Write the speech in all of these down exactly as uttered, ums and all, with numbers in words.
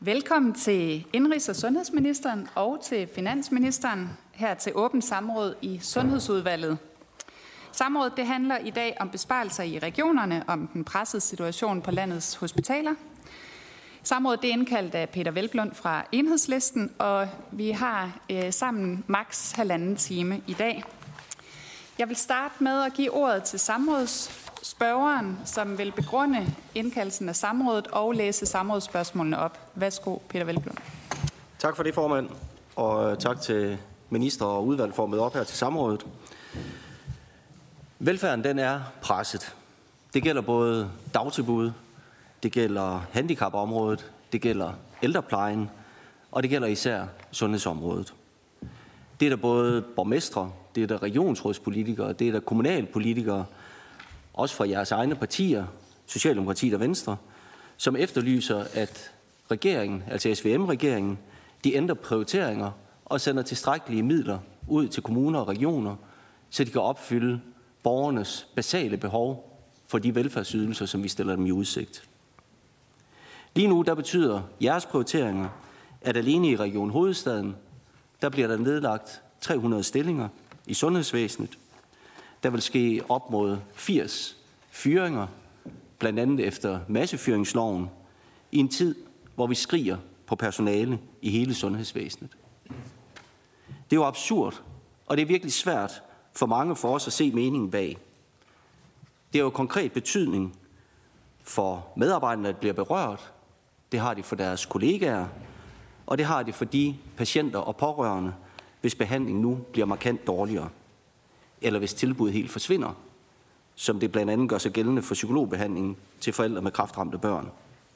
Velkommen til Indenrigs- og Sundhedsministeren og til Finansministeren her til åbent samråd i Sundhedsudvalget. Samrådet det handler i dag om besparelser i regionerne, om den pressede situation på landets hospitaler. Samrådet det er indkaldt af Peter Hvelplund fra Enhedslisten, og vi har øh, sammen maks halvanden time i dag. Jeg vil starte med at give ordet til samrådsspørgeren, som vil begrunde indkaldelsen af samrådet og læse samrådsspørgsmålene op. Værsgo, Peter Hvelplund. Tak for det, formand, og tak til minister og udvalg for at møde op her til samrådet. Velfærden den er presset. Det gælder både dagtilbud, det gælder handicapområdet, det gælder ældreplejen, og det gælder især sundhedsområdet. Det er der både borgmestre, det er der regionsrådspolitikere, det er der kommunalpolitikere, også fra jeres egne partier, Socialdemokratiet og Venstre, som efterlyser, at regeringen, altså S V M-regeringen, de ændrer prioriteringer og sender tilstrækkelige midler ud til kommuner og regioner, så de kan opfylde borgernes basale behov for de velfærdsydelser, som vi stiller dem i udsigt. Lige nu der betyder jeres prioriteringer, at alene i Region Hovedstaden, der bliver der nedlagt tre hundrede stillinger i sundhedsvæsenet. Der vil ske op mod firs fyringer, blandt andet efter massefyringsloven, i en tid, hvor vi skriger på personale i hele sundhedsvæsenet. Det er jo absurd, og det er virkelig svært for mange for os at se meningen bag. Det har jo konkret betydning for medarbejderne, at bliver berørt. Det har de for deres kollegaer, og det har de for de patienter og pårørende, hvis behandling nu bliver markant dårligere, eller hvis tilbud helt forsvinder, som det blandt andet gør sig gældende for psykologbehandling til forældre med kræftramte børn.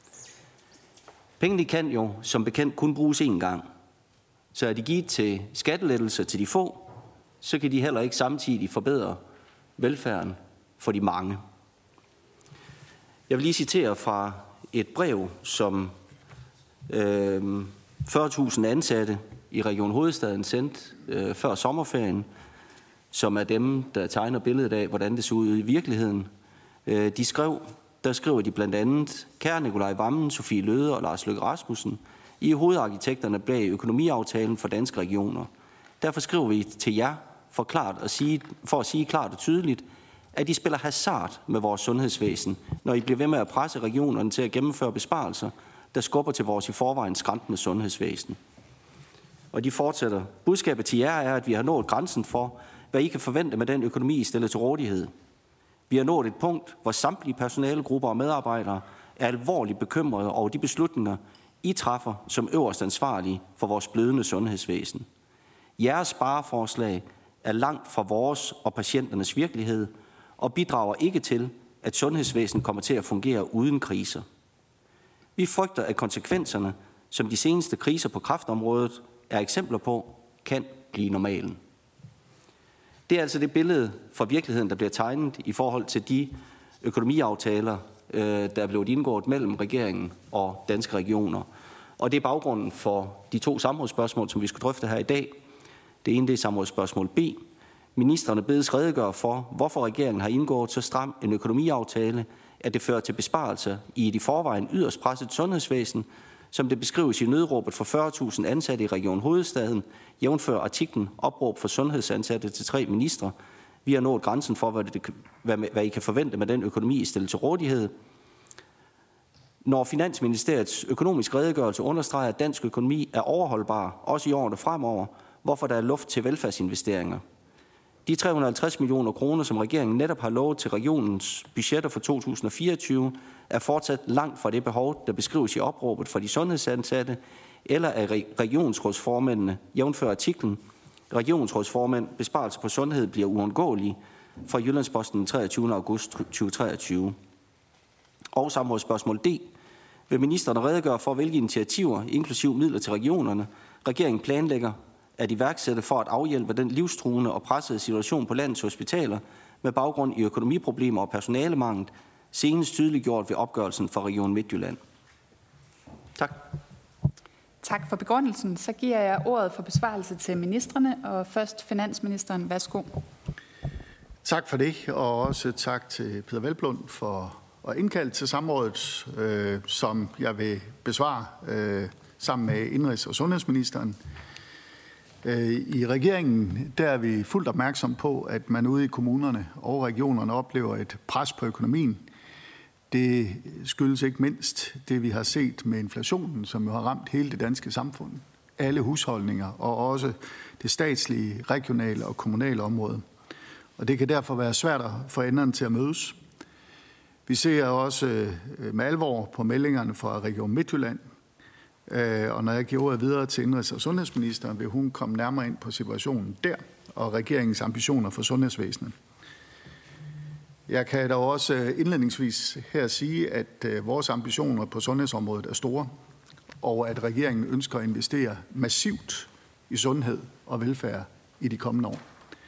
Pengene kan jo som bekendt kun bruges én gang, så er de givet til skattelettelser til de få, så kan de heller ikke samtidig forbedre velfærden for de mange. Jeg vil lige citere fra et brev, som øh, fyrre tusind ansatte i Region Hovedstaden sendte øh, før sommerferien, som er dem, der tegner billedet af, hvordan det så ud i virkeligheden. Øh, de skrev, der skriver de blandt andet, kære Nikolaj Wammen, Sofie Løde og Lars Løkke Rasmussen, I er hovedarkitekterne bag økonomiaftalen for danske regioner. Derfor skriver vi til jer for, klart at sige, for at sige klart og tydeligt, at I spiller hasard med vores sundhedsvæsen, når I bliver ved med at presse regionerne til at gennemføre besparelser, der skubber til vores i forvejen skrantende sundhedsvæsen. Og de fortsætter. Budskabet til jer er, at vi har nået grænsen for, hvad I kan forvente med den økonomi, I stiller til rådighed. Vi har nået et punkt, hvor samtlige personalegrupper og medarbejdere er alvorligt bekymrede over de beslutninger, I træffer som øverst ansvarlige for vores blødende sundhedsvæsen. Jeres spareforslag er langt fra vores og patienternes virkelighed og bidrager ikke til, at sundhedsvæsenet kommer til at fungere uden kriser. Vi frygter, at konsekvenserne, som de seneste kriser på kræftområdet er eksempler på, kan blive normalen. Det er altså det billede fra virkeligheden, der bliver tegnet i forhold til de økonomiaftaler, der er blevet indgået mellem regeringen og danske regioner. Og det er baggrunden for de to samrådsspørgsmål, som vi skal drøfte her i dag. Det ene det er samrådsspørgsmål B. Ministerne bedes redegøre for, hvorfor regeringen har indgået så stram en økonomiaftale, at det fører til besparelser i et i forvejen yderst presset sundhedsvæsen, som det beskrives i nødråbet for fyrre tusind ansatte i Region Hovedstaden, jævnfør artiklen Opråb for sundhedsansatte til tre ministre. Vi har nået grænsen for, hvad, det, hvad, hvad I kan forvente med den økonomi, I stiller til rådighed. Når Finansministeriets økonomiske redegørelse understreger, at dansk økonomi er overholdbar, også i årene fremover, hvorfor der er luft til velfærdsinvesteringer. De tre hundrede og halvtreds millioner kroner, som regeringen netop har lovet til regionens budgetter for to tusind og fireogtyve, er fortsat langt fra det behov, der beskrives i opråbet fra de sundhedsansatte eller af regionsrådsformændene, jævnfør artiklen Regionsrådsformænd, besparelse på sundhed bliver uundgåelige fra Jyllandsposten den treogtyvende august to tusind og treogtyve. Og samrådsspørgsmål D. Vil ministeren redegøre for, hvilke initiativer, inklusiv midler til regionerne, regeringen planlægger at iværksætte for at afhjælpe den livstruende og pressede situation på landets hospitaler med baggrund i økonomiproblemer og personalemangel, senest tydeligt gjort ved opgørelsen for Region Midtjylland. Tak. Tak for begrundelsen. Så giver jeg ordet for besvarelse til ministrene, og først finansministeren. Værsgo. Tak for det, og også tak til Peter Hvelplund for at indkalde til samrådet, øh, som jeg vil besvare øh, sammen med indenrigs- og sundhedsministeren. I regeringen der er vi fuldt opmærksom på, at man ude i kommunerne og regionerne oplever et pres på økonomien. Det skyldes ikke mindst det, vi har set med inflationen, som jo har ramt hele det danske samfund. Alle husholdninger og også det statslige, regionale og kommunale område. Og det kan derfor være svært at få enderne til at mødes. Vi ser også med alvor på meldingerne fra Region Midtjylland, og når jeg giver ordet videre til indenrigs- og sundhedsministeren, vil hun komme nærmere ind på situationen der og regeringens ambitioner for sundhedsvæsenet. Jeg kan dog også indledningsvis her sige, at vores ambitioner på sundhedsområdet er store, og at regeringen ønsker at investere massivt i sundhed og velfærd i de kommende år.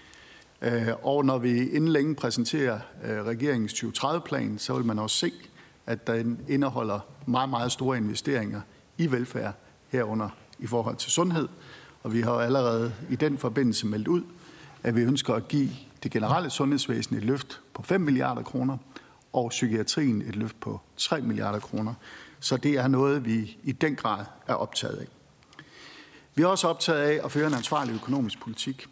Og når vi inden længe præsenterer regeringens tyve tredive-plan, så vil man også se, at den indeholder meget, meget store investeringer i velfærd herunder i forhold til sundhed. Og vi har allerede i den forbindelse meldt ud, at vi ønsker at give det generelle sundhedsvæsen et løft på fem milliarder kroner og psykiatrien et løft på tre milliarder kroner. Så det er noget, vi i den grad er optaget af. Vi er også optaget af at føre en ansvarlig økonomisk politik.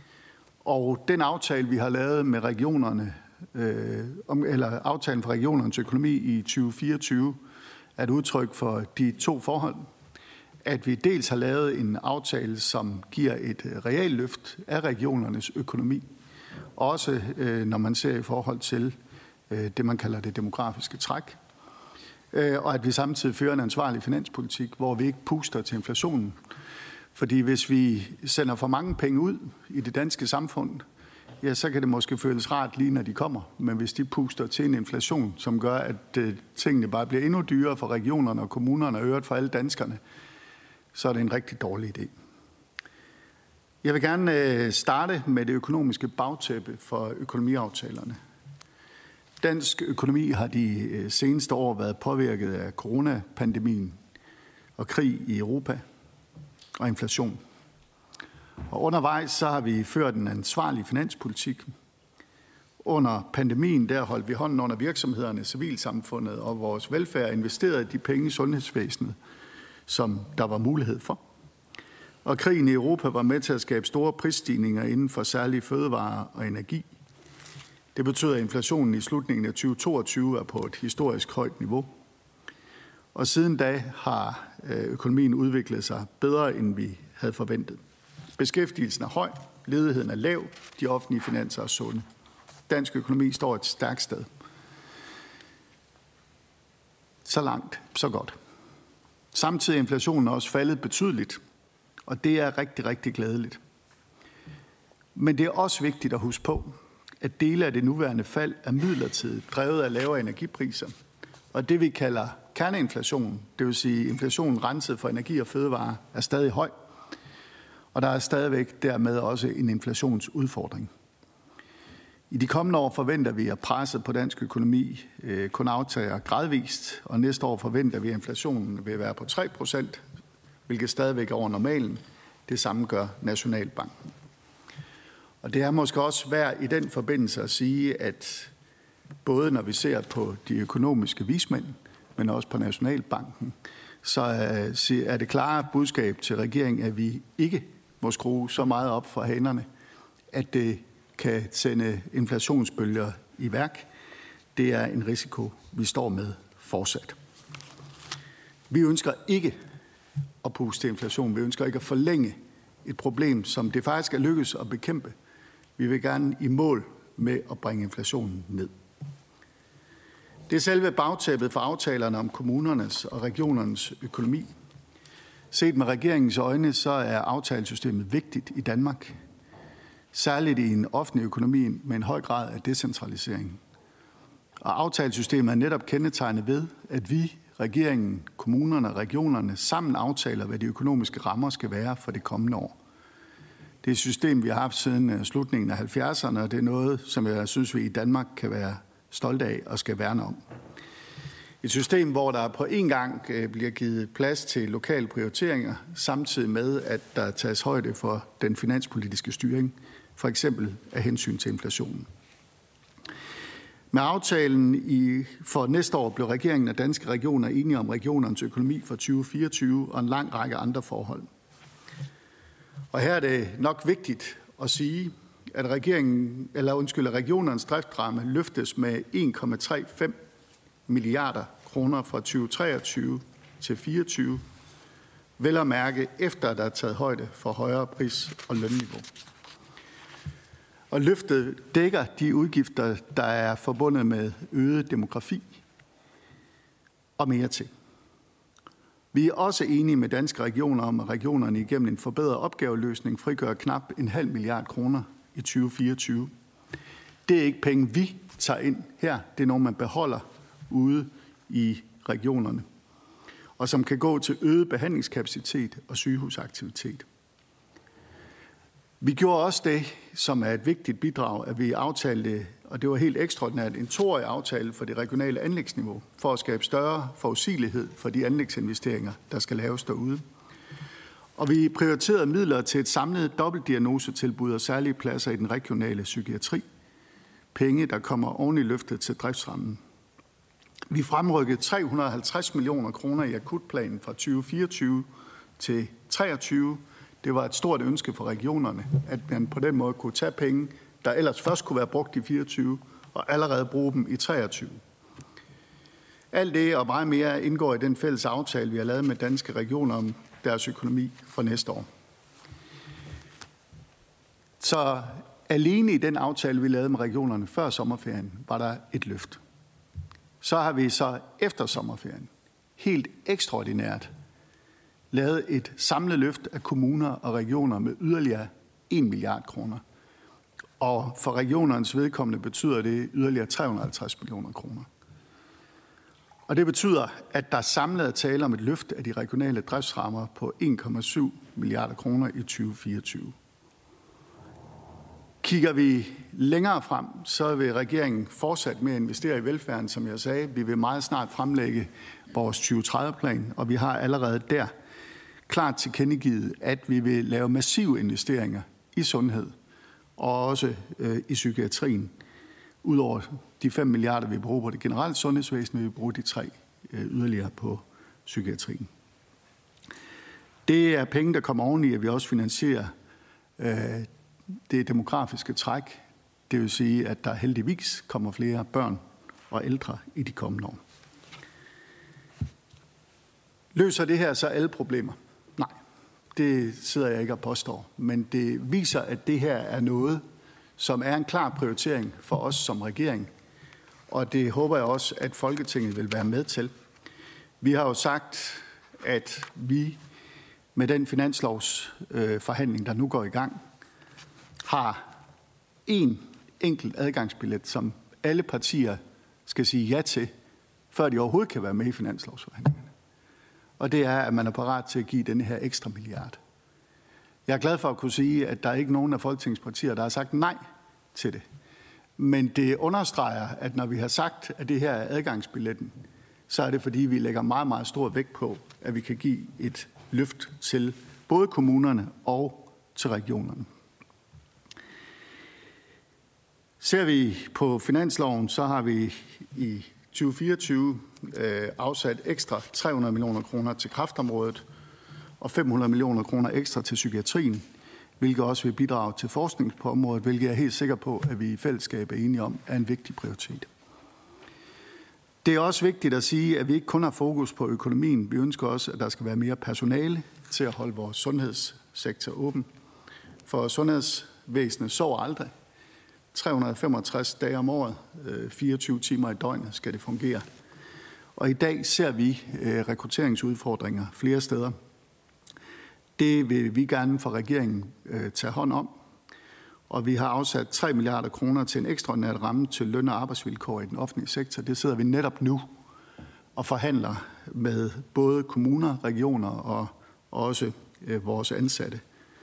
Og den aftale, vi har lavet med regionerne, øh, eller aftalen for regionernes økonomi i tyve fireogtyve, er et udtryk for de to forhold. At vi dels har lavet en aftale, som giver et reelt løft af regionernes økonomi, også øh, når man ser i forhold til øh, det, man kalder det demografiske træk, øh, og at vi samtidig fører en ansvarlig finanspolitik, hvor vi ikke puster til inflationen. Fordi hvis vi sender for mange penge ud i det danske samfund, ja, så kan det måske føles rart lige når de kommer. Men hvis de puster til en inflation, som gør, at øh, tingene bare bliver endnu dyrere for regionerne og kommunerne og øvrigt for alle danskerne, så er det en rigtig dårlig idé. Jeg vil gerne øh, starte med det økonomiske bagtæppe for økonomiaftalerne. Dansk økonomi har de øh, seneste år været påvirket af coronapandemien og krig i Europa og inflation. Og undervejs så har vi ført en ansvarlig finanspolitik. Under pandemien der holdt vi hånden under virksomhederne, civilsamfundet og vores velfærd og investerede de penge i sundhedsvæsenet, som der var mulighed for. Og krigen i Europa var med til at skabe store prisstigninger inden for særlige fødevarer og energi. Det betyder, at inflationen i slutningen af tyve toogtyve er på et historisk højt niveau. Og siden da har økonomien udviklet sig bedre, end vi havde forventet. Beskæftigelsen er høj, ledigheden er lav, de offentlige finanser er sunde. Dansk økonomi står et stærkt sted. Så langt, så godt. Samtidig er inflationen også faldet betydeligt, og det er rigtig, rigtig glædeligt. Men det er også vigtigt at huske på, at dele af det nuværende fald er midlertidigt drevet af lavere energipriser, og det vi kalder kerneinflation, det vil sige inflationen renset for energi og fødevarer, er stadig høj, og der er stadigvæk dermed også en inflationsudfordring. I de kommende år forventer vi, at presset på dansk økonomi øh, kun aftager gradvist, og næste år forventer vi, at inflationen vil være på tre procent, hvilket stadigvæk er over normalen. Det samme gør Nationalbanken. Og det er måske også værd i den forbindelse at sige, at både når vi ser på de økonomiske vismænd, men også på Nationalbanken, så er det klare budskab til regeringen, at vi ikke må skrue så meget op for hanerne, at det kan sende inflationsbølger i værk. Det er en risiko, vi står med fortsat. Vi ønsker ikke at puste til inflation. Vi ønsker ikke at forlænge et problem, som det faktisk er lykkedes at bekæmpe. Vi vil gerne i mål med at bringe inflationen ned. Det er selve bagtæppet for aftalerne om kommunernes og regionernes økonomi. Set med regeringens øjne, så er aftalesystemet vigtigt i Danmark. Særligt i en offentlig økonomi med en høj grad af decentralisering. Og aftalesystemet er netop kendetegnet ved, at vi, regeringen, kommunerne og regionerne sammen aftaler, hvad de økonomiske rammer skal være for det kommende år. Det er et system, vi har haft siden slutningen af halvfjerdserne, og det er noget, som jeg synes, vi i Danmark kan være stolte af og skal værne om. Et system, hvor der på en gang bliver givet plads til lokale prioriteringer, samtidig med, at der tages højde for den finanspolitiske styring, for eksempel af hensyn til inflationen. Med aftalen i, for næste år blev regeringen og Danske Regioner enige om regionernes økonomi for tyve fireogtyve og en lang række andre forhold. Og her er det nok vigtigt at sige, at regeringen, eller undskyld, at regionernes driftsramme løftes med en komma femogtredive milliarder kroner fra tyve treogtyve til fireogtyve, vel at mærke efter, at der er taget højde for højere pris- og lønniveau. Og løftet dækker de udgifter, der er forbundet med øget demografi og mere til. Vi er også enige med Danske Regioner om, at regionerne igennem en forbedret opgaveløsning frigør knap en halv milliard kroner i tyve fireogtyve. Det er ikke penge, vi tager ind her. Det er noget, man beholder ude i regionerne, og som kan gå til øget behandlingskapacitet og sygehusaktivitet. Vi gjorde også det, som er et vigtigt bidrag, at vi aftalte, og det var helt ekstraordinært, en toårig aftale for det regionale anlægsniveau, for at skabe større forudsigelighed for de anlægsinvesteringer, der skal laves derude. Og vi prioriterede midler til et samlet dobbeltdiagnosetilbud og særlige pladser i den regionale psykiatri. Penge, der kommer oven i løftet til driftsrammen. Vi fremrykkede tre hundrede og halvtreds millioner kroner i akutplanen fra tyve fireogtyve til treogtyve. Det var et stort ønske for regionerne, at man på den måde kunne tage penge, der ellers først kunne være brugt i fireogtyve, og allerede bruge dem i treogtyve. Alt det og meget mere indgår i den fælles aftale, vi har lavet med Danske Regioner om deres økonomi for næste år. Så alene i den aftale, vi lavede med regionerne før sommerferien, var der et løft. Så har vi så efter sommerferien helt ekstraordinært lavet et samlet løft af kommuner og regioner med yderligere en milliard kroner. Og for regionernes vedkommende betyder det yderligere tre hundrede og halvtreds millioner kroner. Og det betyder, at der samlet er tale om et løft af de regionale driftsrammer på en komma syv milliarder kroner i tyve fireogtyve. Kigger vi længere frem, så vil regeringen fortsat med at investere i velfærden, som jeg sagde. Vi vil meget snart fremlægge vores tyve tredive-plan, og vi har allerede der klart tilkendegivet, at vi vil lave massive investeringer i sundhed og også øh, i psykiatrien. Udover de fem milliarder, vi bruger på det generelle sundhedsvæsen, vil vi bruge de tre øh, yderligere på psykiatrien. Det er penge, der kommer oveni, at vi også finansierer øh, det demografiske træk. Det vil sige, at der heldigvis kommer flere børn og ældre i de kommende år. Løser det her så alle problemer? Nej, det sidder jeg ikke og påstår. Men det viser, at det her er noget, som er en klar prioritering for os som regering. Og det håber jeg også, at Folketinget vil være med til. Vi har jo sagt, at vi med den finanslovsforhandling, der nu går i gang, har en enkelt adgangsbillet, som alle partier skal sige ja til, før de overhovedet kan være med i finanslovsforhandlingerne. Og det er, at man er parat til at give denne her ekstra milliard. Jeg er glad for at kunne sige, at der er ikke nogen af Folketingets partier, der har sagt nej til det. Men det understreger, at når vi har sagt, at det her er adgangsbilletten, så er det fordi, vi lægger meget, meget stor vægt på, at vi kan give et løft til både kommunerne og til regionerne. Ser vi på finansloven, så har vi i tyve fireogtyve øh, afsat ekstra tre hundrede millioner kroner til kræftområdet og fem hundrede millioner kroner ekstra til psykiatrien, hvilket også vil bidrage til forskning på området, hvilket jeg er helt sikker på, at vi i fællesskab er enige om, er en vigtig prioritet. Det er også vigtigt at sige, at vi ikke kun har fokus på økonomien. Vi ønsker også, at der skal være mere personale til at holde vores sundhedssektor åben. For sundhedsvæsenet sover aldrig. tre hundrede og femogtres dage om året, fireogtyve timer i døgnet skal det fungere. Og i dag ser vi rekrutteringsudfordringer flere steder. Det vil vi gerne fra regeringen tage hånd om. Og vi har afsat tre milliarder kroner til en ekstraordinær ramme til løn- og arbejdsvilkår i den offentlige sektor. Det sidder vi netop nu og forhandler med både kommuner, regioner og også vores ansatte.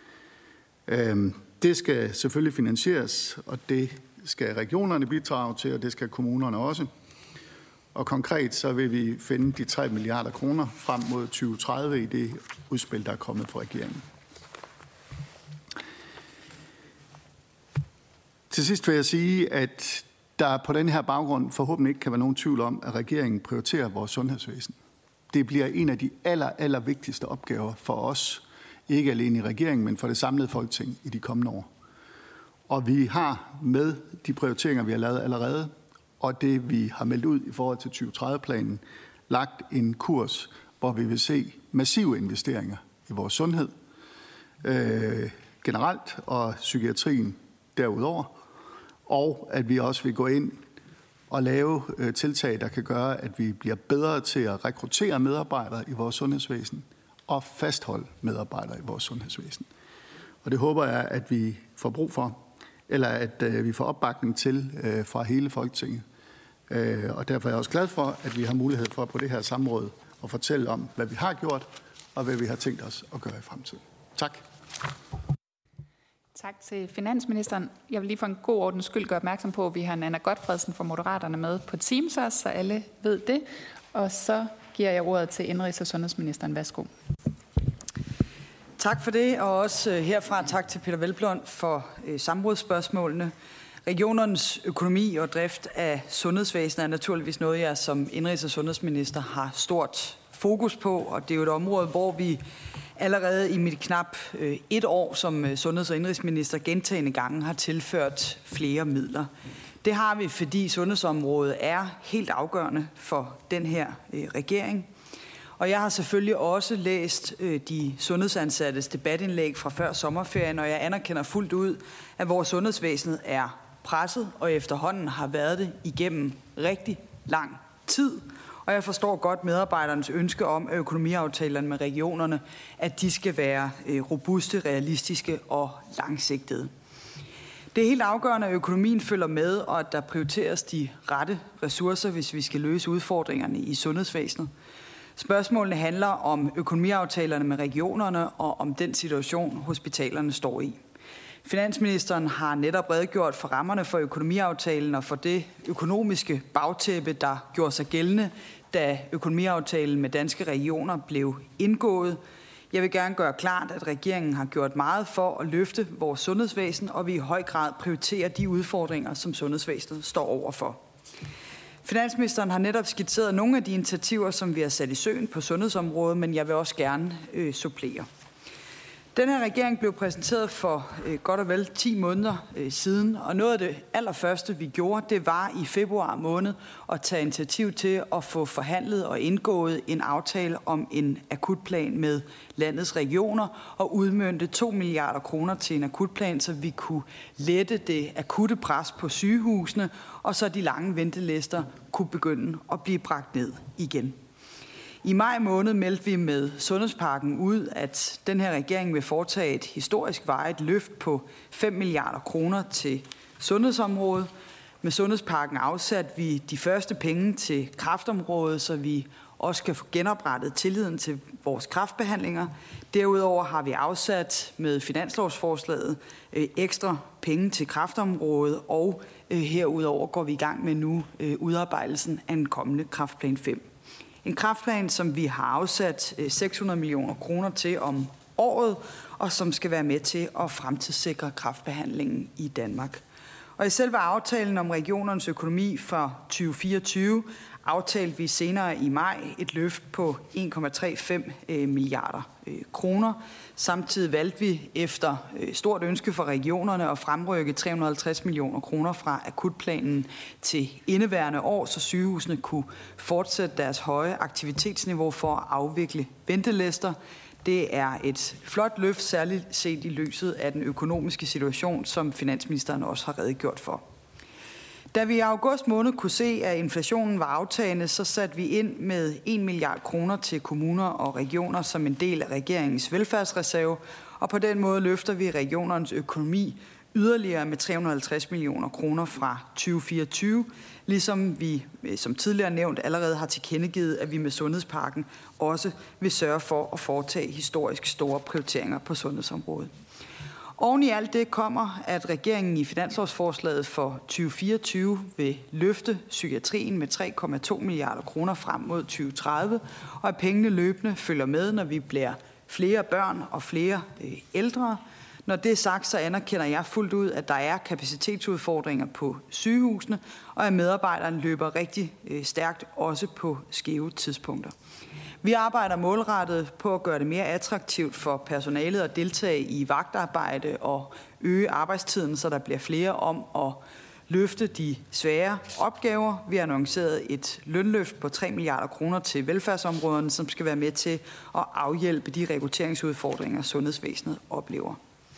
Det skal selvfølgelig finansieres, og det skal regionerne bidrage til, og det skal kommunerne også. Og konkret så vil vi finde de tre milliarder kroner frem mod tyve tredive i det udspil, der er kommet fra regeringen. Til sidst vil jeg sige, at der på den her baggrund forhåbentlig ikke kan være nogen tvivl om, at regeringen prioriterer vores sundhedsvæsen. Det bliver en af de aller, aller vigtigste opgaver for os, ikke alene i regeringen, men for det samlede Folketing i de kommende år. Og vi har med de prioriteringer, vi har lavet allerede, og det, vi har meldt ud i forhold til tyve tredive-planen, lagt en kurs, hvor vi vil se massive investeringer i vores sundhed øh, generelt og psykiatrien derudover, og at vi også vil gå ind og lave øh, tiltag, der kan gøre, at vi bliver bedre til at rekruttere medarbejdere i vores sundhedsvæsen og fastholde medarbejdere i vores sundhedsvæsen. Og det håber jeg, at vi får brug for, eller at øh, vi får opbakning til øh, fra hele Folketinget. Øh, og derfor er jeg også glad for, at vi har mulighed for på det her samråd at fortælle om, hvad vi har gjort, og hvad vi har tænkt os at gøre i fremtiden. Tak. Tak til finansministeren. Jeg vil lige for en god ordens skyld gøre opmærksom på, at vi har Nanna Gotfredsen fra Moderaterne med på Teams også, så alle ved det. Og så giver jeg ordet til Indenrigs- og Sundhedsministeren. Værsgo. Tak for det, og også herfra tak til Peter Hvelplund for øh, samrådsspørgsmålene. Regionernes økonomi og drift af sundhedsvæsenet er naturligvis noget, jeg som indenrigs- og sundhedsminister har stort fokus på, og det er jo et område, hvor vi allerede i mit knap øh, et år som sundheds- og indenrigsminister gentagne gange har tilført flere midler. Det har vi, fordi sundhedsområdet er helt afgørende for den her øh, regering. Og jeg har selvfølgelig også læst øh, de sundhedsansattes debatindlæg fra før sommerferien, og jeg anerkender fuldt ud, at vores sundhedsvæsen er presset og efterhånden har været det igennem rigtig lang tid. Og jeg forstår godt medarbejdernes ønske om, at økonomiaftalerne med regionerne, at de skal være øh, robuste, realistiske og langsigtede. Det er helt afgørende, at økonomien følger med, og at der prioriteres de rette ressourcer, hvis vi skal løse udfordringerne i sundhedsvæsenet. Spørgsmålene handler om økonomiaftalerne med regionerne og om den situation, hospitalerne står i. Finansministeren har netop redegjort for rammerne for økonomiaftalen og for det økonomiske bagtæppe, der gjorde sig gældende, da økonomiaftalen med Danske Regioner blev indgået. Jeg vil gerne gøre klart, at regeringen har gjort meget for at løfte vores sundhedsvæsen, og vi i høj grad prioriterer de udfordringer, som sundhedsvæsenet står overfor. Finansministeren har netop skitseret nogle af de initiativer, som vi har sat i søen på sundhedsområdet, men jeg vil også gerne øh, supplere. Den her regering blev præsenteret for øh, godt og vel ti måneder øh, siden, og noget af det allerførste, vi gjorde, det var i februar måned at tage initiativ til at få forhandlet og indgået en aftale om en akutplan med landets regioner og udmønte to milliarder kroner til en akutplan, så vi kunne lette det akutte pres på sygehusene, og så de lange ventelister kunne begynde at blive bragt ned igen. I maj måned meldte vi med Sundhedspakken ud, at den her regering vil foretage et historisk varigt løft på fem milliarder kroner til sundhedsområdet. Med Sundhedspakken afsatte vi de første penge til kræftområdet, så vi også kan få genoprettet tilliden til vores kræftbehandlinger. Derudover har vi afsat med finanslovsforslaget øh, ekstra penge til kræftområdet, og øh, herudover går vi i gang med nu øh, udarbejdelsen af en kommende kræftplan fem. En kræftplan, som vi har afsat seks hundrede millioner kroner til om året, og som skal være med til at fremtidssikre kræftbehandlingen i Danmark. Og i selve aftalen om regionernes økonomi for tyve fireogtyve aftalte vi senere i maj et løft på en komma fem tre milliarder kroner. Samtidig valgte vi efter stort ønske fra regionerne at fremrykke tre hundrede og halvtreds millioner kroner fra akutplanen til indeværende år, så sygehusene kunne fortsætte deres høje aktivitetsniveau for at afvikle ventelister. Det er et flot løft, særligt set i lyset af den økonomiske situation, som finansministeren også har redegjort for. Da vi i august måned kunne se, at inflationen var aftagende, så satte vi ind med en milliard kroner til kommuner og regioner som en del af regeringens velfærdsreserve, og på den måde løfter vi regionernes økonomi yderligere med tre hundrede og halvtreds millioner kroner fra tyve fireogtyve, ligesom vi, som tidligere nævnt, allerede har tilkendegivet, at vi med Sundhedspakken også vil sørge for at foretage historisk store prioriteringer på sundhedsområdet. Oven i alt det kommer, at regeringen i finanslovsforslaget for tyve fireogtyve vil løfte psykiatrien med tre komma to milliarder kroner frem mod tyve tredive, og at pengene løbende følger med, når vi bliver flere børn og flere ældre. Når det er sagt, så anerkender jeg fuldt ud, at der er kapacitetsudfordringer på sygehusene, og at medarbejderne løber rigtig stærkt, også på skæve tidspunkter. Vi arbejder målrettet på at gøre det mere attraktivt for personalet at deltage i vagtarbejde og øge arbejdstiden, så der bliver flere om at løfte de svære opgaver. Vi har annonceret et lønløft på tre milliarder kroner til velfærdsområderne, som skal være med til at afhjælpe de rekrutteringsudfordringer, sundhedsvæsenet oplever.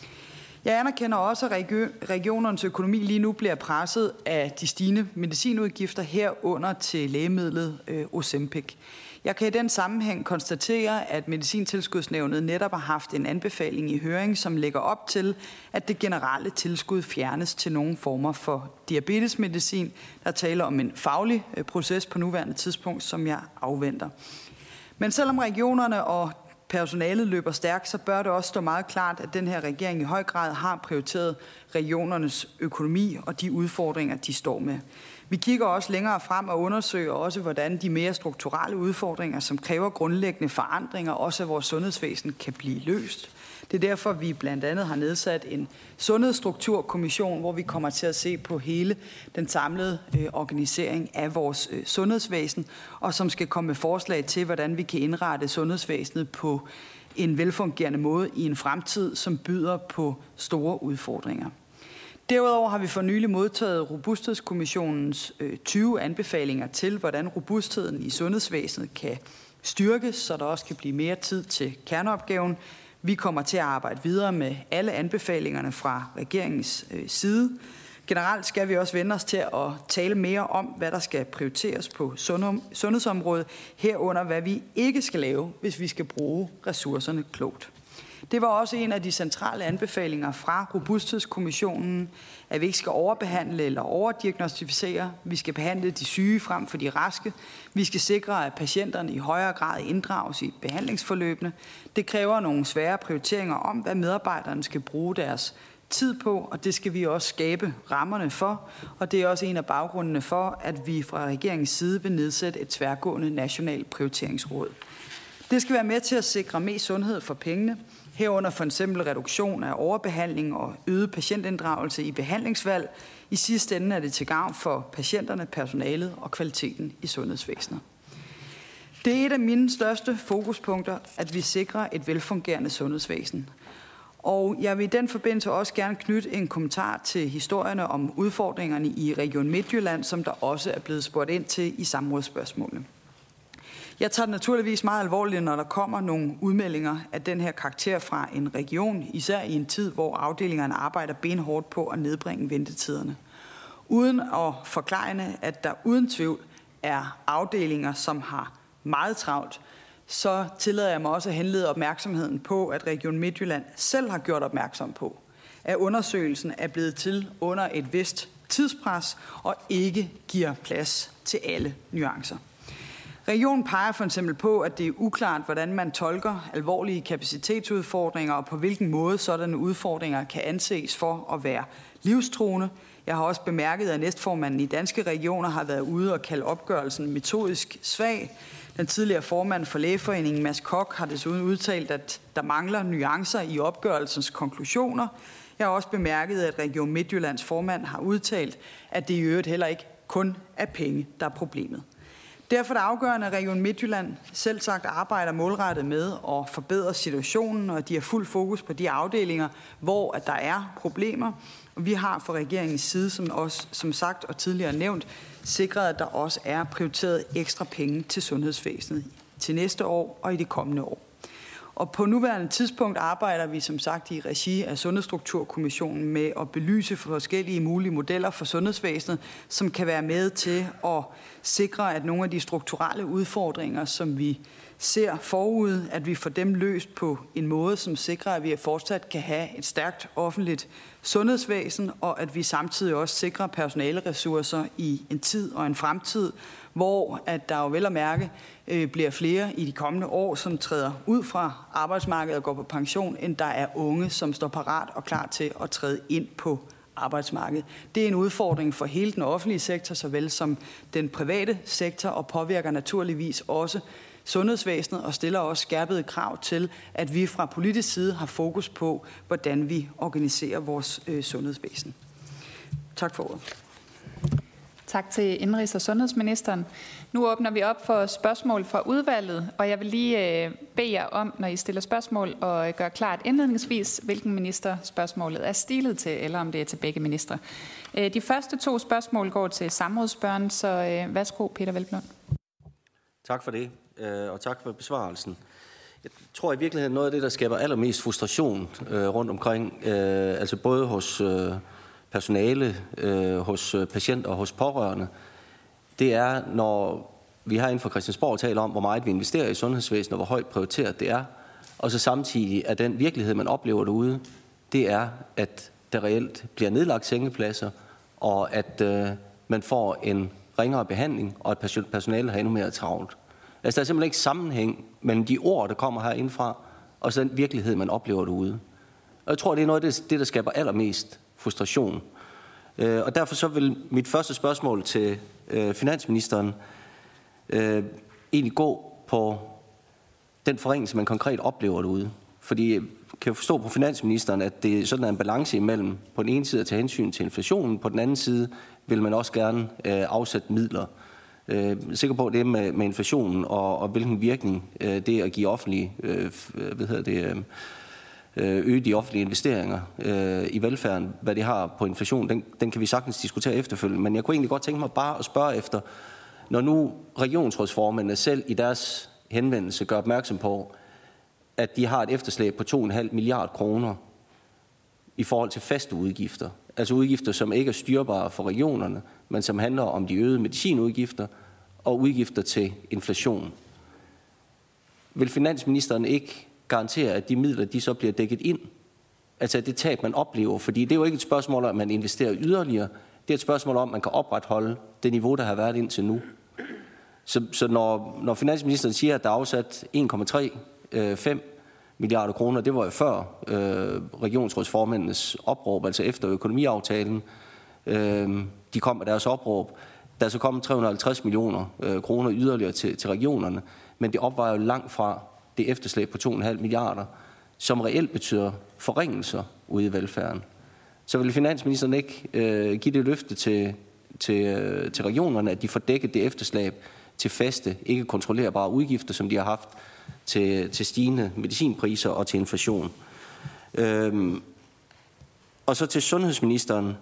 Jeg anerkender også, at regionernes økonomi lige nu bliver presset af de stigende medicinudgifter herunder til lægemidlet øh, Ozempic. Jeg kan i den sammenhæng konstatere, at Medicintilskudsnævnet netop har haft en anbefaling i høring, som lægger op til, at det generelle tilskud fjernes til nogle former for diabetesmedicin. Der taler om en faglig proces på nuværende tidspunkt, som jeg afventer. Men selvom regionerne og personalet løber stærkt, så bør det også stå meget klart, at den her regering i høj grad har prioriteret regionernes økonomi og de udfordringer, de står med. Vi kigger også længere frem og undersøger også, hvordan de mere strukturelle udfordringer, som kræver grundlæggende forandringer, også af vores sundhedsvæsen, kan blive løst. Det er derfor, vi blandt andet har nedsat en sundhedsstrukturkommission, hvor vi kommer til at se på hele den samlede øh, organisering af vores øh, sundhedsvæsen, og som skal komme med forslag til, hvordan vi kan indrette sundhedsvæsenet på en velfungerende måde i en fremtid, som byder på store udfordringer. Derudover har vi for nylig modtaget Robusthedskommissionens tyve anbefalinger til, hvordan robustheden i sundhedsvæsenet kan styrkes, så der også kan blive mere tid til kerneopgaven. Vi kommer til at arbejde videre med alle anbefalingerne fra regeringens side. Generelt skal vi også vende os til at tale mere om, hvad der skal prioriteres på sundhedsområdet, herunder hvad vi ikke skal lave, hvis vi skal bruge ressourcerne klogt. Det var også en af de centrale anbefalinger fra Robusthedskommissionen, at vi ikke skal overbehandle eller overdiagnostisere. Vi skal behandle de syge frem for de raske. Vi skal sikre, at patienterne i højere grad inddrages i behandlingsforløbene. Det kræver nogle svære prioriteringer om, hvad medarbejderne skal bruge deres tid på, og det skal vi også skabe rammerne for. Og det er også en af baggrundene for, at vi fra regeringens side vil nedsætte et tværgående nationalt prioriteringsråd. Det skal være med til at sikre mest sundhed for pengene, herunder for eksempel reduktion af overbehandling og øget patientinddragelse i behandlingsvalg. I sidste ende er det til gavn for patienterne, personalet og kvaliteten i sundhedsvæsenet. Det er et af mine største fokuspunkter, at vi sikrer et velfungerende sundhedsvæsen. Og jeg vil i den forbindelse også gerne knytte en kommentar til historierne om udfordringerne i Region Midtjylland, som der også er blevet spurgt ind til i samrådsspørgsmålene. Jeg tager det naturligvis meget alvorligt, når der kommer nogle udmeldinger af den her karakter fra en region, især i en tid, hvor afdelingerne arbejder benhårdt på at nedbringe ventetiderne. Uden at forklare, at der uden tvivl er afdelinger, som har meget travlt, så tillader jeg mig også at henlede opmærksomheden på, at Region Midtjylland selv har gjort opmærksom på, at undersøgelsen er blevet til under et vist tidspres og ikke giver plads til alle nuancer. Regionen peger for eksempel på, at det er uklart, hvordan man tolker alvorlige kapacitetsudfordringer og på hvilken måde sådanne udfordringer kan anses for at være livstruende. Jeg har også bemærket, at næstformanden i Danske Regioner har været ude og kalde opgørelsen metodisk svag. Den tidligere formand for Lægeforeningen, Mads Koch, har desuden udtalt, at der mangler nuancer i opgørelsens konklusioner. Jeg har også bemærket, at Region Midtjyllands formand har udtalt, at det i øvrigt heller ikke kun er penge, der er problemet. Derfor er det afgørende, at Region Midtjylland selv sagt arbejder målrettet med at forbedre situationen, og de har fuld fokus på de afdelinger, hvor at der er problemer. Og vi har fra regeringens side, som, også, som sagt og tidligere nævnt, sikret, at der også er prioriteret ekstra penge til sundhedsvæsenet til næste år og i det kommende år. Og på nuværende tidspunkt arbejder vi som sagt i regi af Sundhedsstrukturkommissionen med at belyse forskellige mulige modeller for sundhedsvæsenet, som kan være med til at sikre, at nogle af de strukturelle udfordringer, som vi ser forud, at vi får dem løst på en måde, som sikrer, at vi fortsat kan have et stærkt offentligt sundhedsvæsen, og at vi samtidig også sikrer personaleressourcer i en tid og en fremtid, hvor at der jo vel at mærke øh, bliver flere i de kommende år, som træder ud fra arbejdsmarkedet og går på pension, end der er unge, som står parat og klar til at træde ind på arbejdsmarkedet. Det er en udfordring for hele den offentlige sektor, såvel som den private sektor, og påvirker naturligvis også sundhedsvæsenet og stiller også skærpede krav til, at vi fra politisk side har fokus på, hvordan vi organiserer vores øh, sundhedsvæsen. Tak for ordet. Tak til Indenrigs- og Sundhedsministeren. Nu åbner vi op for spørgsmål fra udvalget, og jeg vil lige bede jer om, når I stiller spørgsmål, og gøre klart indledningsvis, hvilken minister spørgsmålet er stilet til, eller om det er til begge ministre. De første to spørgsmål går til samrådsspørgen, så værsgo, Peter Hvelplund. Tak for det, og tak for besvarelsen. Jeg tror i virkeligheden, noget af det, der skaber allermest frustration rundt omkring, altså både hos personale, øh, hos patienter og hos pårørende, det er, når vi her inden for Christiansborg taler om, hvor meget vi investerer i sundhedsvæsenet, og hvor højt prioriteret det er, og så samtidig er den virkelighed, man oplever derude, det er, at der reelt bliver nedlagt sengepladser, og at øh, man får en ringere behandling, og at personalet har endnu mere travlt. Altså, der er simpelthen ikke sammenhæng mellem de ord, der kommer herindefra, og så den virkelighed, man oplever derude. Og jeg tror, det er noget af det, der skaber allermest frustration. Og derfor så vil mit første spørgsmål til øh, finansministeren øh, egentlig gå på den forringelse, man konkret oplever derude. Fordi jeg kan forstå på finansministeren, at det sådan er en balance imellem på den ene side at tage hensyn til inflationen, på den anden side vil man også gerne øh, afsætte midler. Øh, jeg er sikker på, at det med, med inflationen og, og hvilken virkning øh, det at give offentlige, øh, hvad hedder det, øh, øge de offentlige investeringer øh, i velfærden, hvad det har på inflation, den, den kan vi sagtens diskutere efterfølgende. Men jeg kunne egentlig godt tænke mig bare at spørge efter, når nu regionsrådsformændene selv i deres henvendelse gør opmærksom på, at de har et efterslæb på to komma fem milliard kroner i forhold til faste udgifter, altså udgifter, som ikke er styrbare for regionerne, men som handler om de øgede medicinudgifter og udgifter til inflation. Vil finansministeren ikke garantere, at de midler, de så bliver dækket ind? Altså det tab, man oplever. Fordi det er jo ikke et spørgsmål om, at man investerer yderligere. Det er et spørgsmål om, at man kan opretholde det niveau, der har været indtil nu. Så, så når, når finansministeren siger, at der er afsat en komma fem milliarder kroner, det var jo før øh, regionsrådsformændenes opråb, altså efter økonomiaftalen. Øh, de kom med deres opråb. Der er så kommet tre hundrede og halvtreds millioner øh, kroner yderligere til, til regionerne, men det opvejer jo langt fra det efterslæb på to komma fem milliarder, som reelt betyder forringelser ude i velfærden. Så vil finansministeren ikke øh, give det løfte til, til, øh, til regionerne, at de får dækket det efterslæb til faste, ikke kontrollerbare udgifter, som de har haft til, til stigende medicinpriser og til inflation. Øhm, og så til sundhedsministeren.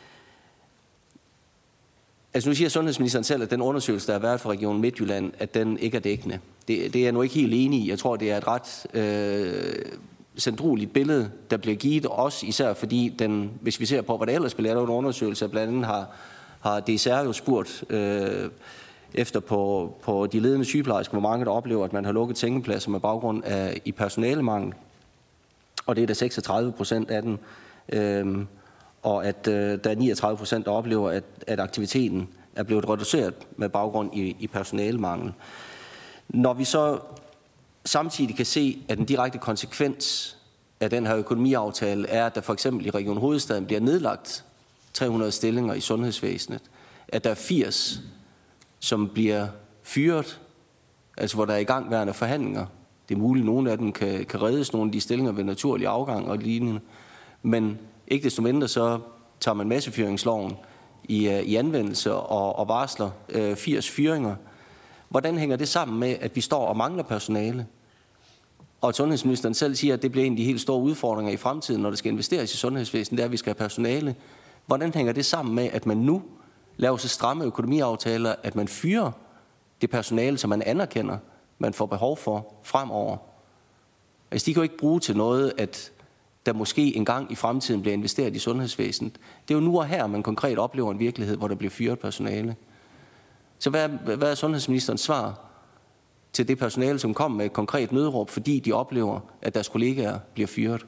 Altså nu siger sundhedsministeren selv, at den undersøgelse, der har været for Region Midtjylland, at den ikke er dækkende. Det, det er jeg nu ikke helt enig i. Jeg tror, det er et ret øh, centralt billede, der bliver givet, også især fordi, den, hvis vi ser på, hvad der ellers bliver lavet en undersøgelse, blandt andet har, har D S R jo spurgt øh, efter på, på de ledende sygeplejersker, hvor mange der oplever, at man har lukket sengepladser med baggrund af i personalemangel. Og det er der seksogtredive procent af den. Øh, og at øh, der er niogtredive procent, der oplever, at, at aktiviteten er blevet reduceret med baggrund i, i personalemangel. Når vi så samtidig kan se, at en direkte konsekvens af den her økonomiaftale er, at der for eksempel i Region Hovedstaden bliver nedlagt tre hundrede stillinger i sundhedsvæsenet, at der er firs, som bliver fyret, altså hvor der er i gangværende forhandlinger. Det er muligt, at nogle af dem kan, kan reddes, nogle af de stillinger ved naturlig afgang og lignende, men ikke desto mindre så tager man massefyringsloven i, i anvendelse og, og varsler øh, firs fyringer. Hvordan hænger det sammen med, at vi står og mangler personale? Og at sundhedsministeren selv siger, at det bliver en af de helt store udfordringer i fremtiden, når der skal investeres i sundhedsvæsenet, det er, at vi skal have personale. Hvordan hænger det sammen med, at man nu laver så stramme økonomiaftaler, at man fyrer det personale, som man anerkender, man får behov for fremover? Altså, de kan jo ikke bruge til noget, at der måske engang i fremtiden bliver investeret i sundhedsvæsenet. Det er jo nu og her, man konkret oplever en virkelighed, hvor der bliver fyret personale. Så hvad er, hvad er sundhedsministerens svar til det personale, som kommer med et konkret nødråb, fordi de oplever, at deres kollegaer bliver fyret?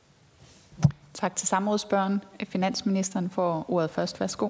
Tak til samrådsspørgen. Finansministeren får ordet først. Værsgo.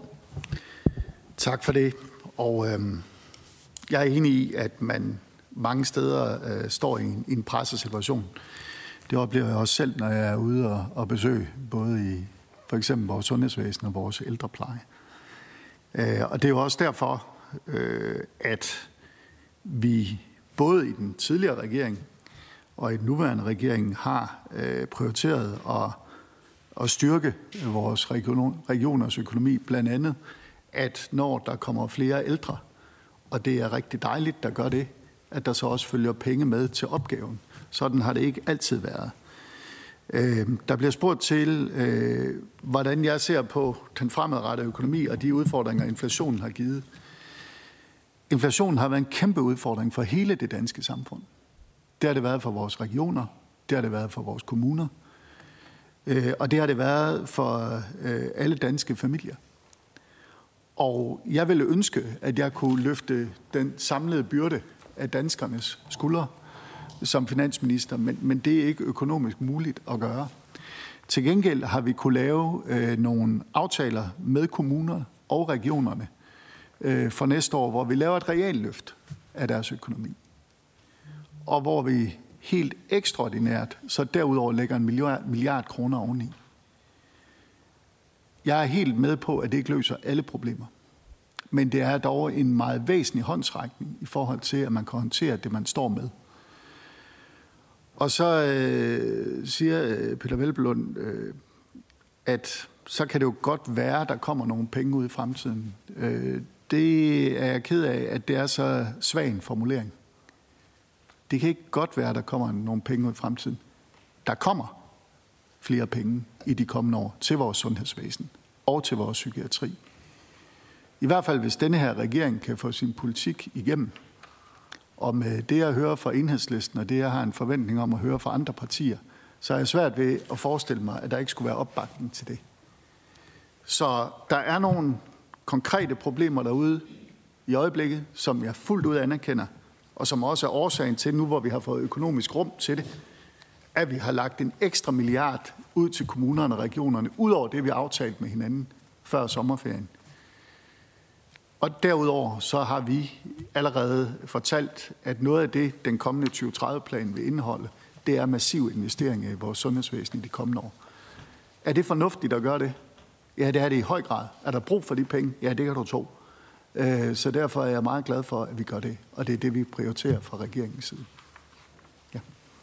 Tak for det. Og øh, jeg er enig i, at man mange steder øh, står i en, i en presset situation. Det oplever jeg også selv, når jeg er ude og, og besøge både i for eksempel vores sundhedsvæsen og vores ældrepleje. Øh, og det er jo også derfor, øh, at vi både i den tidligere regering og i den nuværende regering har øh, prioriteret at, at styrke vores region, regioners økonomi, blandt andet, at når der kommer flere ældre, og det er rigtig dejligt, der gør det, at der så også følger penge med til opgaven. Sådan har det ikke altid været. Øh, der bliver spurgt til, øh, hvordan jeg ser på den fremadrettede økonomi og de udfordringer, inflationen har givet. Inflationen har været en kæmpe udfordring for hele det danske samfund. Det har det været for vores regioner, det har det været for vores kommuner, øh, og det har det været for øh, alle danske familier. Og jeg ville ønske, at jeg kunne løfte den samlede byrde af danskernes skuldre som finansminister, men, men det er ikke økonomisk muligt at gøre. Til gengæld har vi kunne lave øh, nogle aftaler med kommuner og regionerne øh, for næste år, hvor vi laver et realløft af deres økonomi. Og hvor vi helt ekstraordinært, så derudover lægger en milliard, milliard kroner oveni. Jeg er helt med på, at det ikke løser alle problemer. Men det er dog en meget væsentlig håndsrækning i forhold til, at man kan håndtere det, man står med. Og så øh, siger Peter Velblund, øh, at så kan det jo godt være, at der kommer nogle penge ud i fremtiden. Øh, det er jeg ked af, at det er så svag en formulering. Det kan ikke godt være, at der kommer nogle penge ud i fremtiden. Der kommer flere penge i de kommende år til vores sundhedsvæsen og til vores psykiatri. I hvert fald, hvis denne her regering kan få sin politik igennem, og med det, jeg hører fra Enhedslisten, og det, jeg har en forventning om at høre fra andre partier, så er jeg svært ved at forestille mig, at der ikke skulle være opbakning til det. Så der er nogle konkrete problemer derude i øjeblikket, som jeg fuldt ud anerkender, og som også er årsagen til, nu hvor vi har fået økonomisk rum til det, at vi har lagt en ekstra milliard ud til kommunerne og regionerne, ud over det, vi har aftalt med hinanden før sommerferien. Og derudover så har vi allerede fortalt, at noget af det, den kommende tyve tredive-plan vil indeholde, det er massive investeringer i vores sundhedsvæsen i de kommende år. Er det fornuftigt at gøre det? Ja, det er det i høj grad. Er der brug for de penge? Ja, det kan du tro. Så derfor er jeg meget glad for, at vi gør det, og det er det, vi prioriterer fra regeringens side. Ja.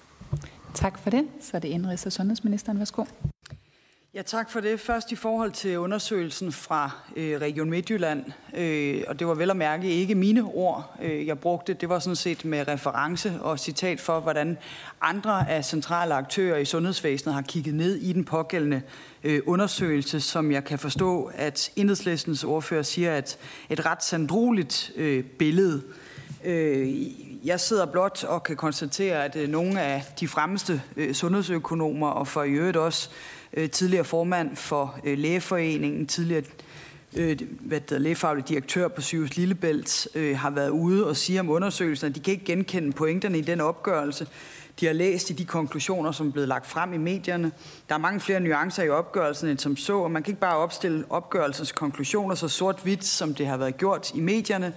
Tak for det. Så er det indrigs- og sundhedsministeren. Værsgo. Ja, tak for det. Først i forhold til undersøgelsen fra øh, Region Midtjylland, øh, og det var vel at mærke ikke mine ord, øh, jeg brugte. Det var sådan set med reference og citat for, hvordan andre af centrale aktører i sundhedsvæsenet har kigget ned i den pågældende øh, undersøgelse, som jeg kan forstå, at Enhedslistens ordfører siger, at et ret sandroligt øh, billede. Øh, Jeg sidder blot og kan konstatere, at øh, nogle af de fremmeste øh, sundhedsøkonomer, og for i øvrigt også øh, tidligere formand for øh, Lægeforeningen, tidligere øh, hvad der, lægefaglig direktør på Sygehus Lillebælt, øh, har været ude og sige om undersøgelsen, at de kan ikke genkende pointerne i den opgørelse. De har læst i de konklusioner, som er blevet lagt frem i medierne. Der er mange flere nuancer i opgørelsen end som så, og man kan ikke bare opstille opgørelsens konklusioner så sort-hvidt, som det har været gjort i medierne.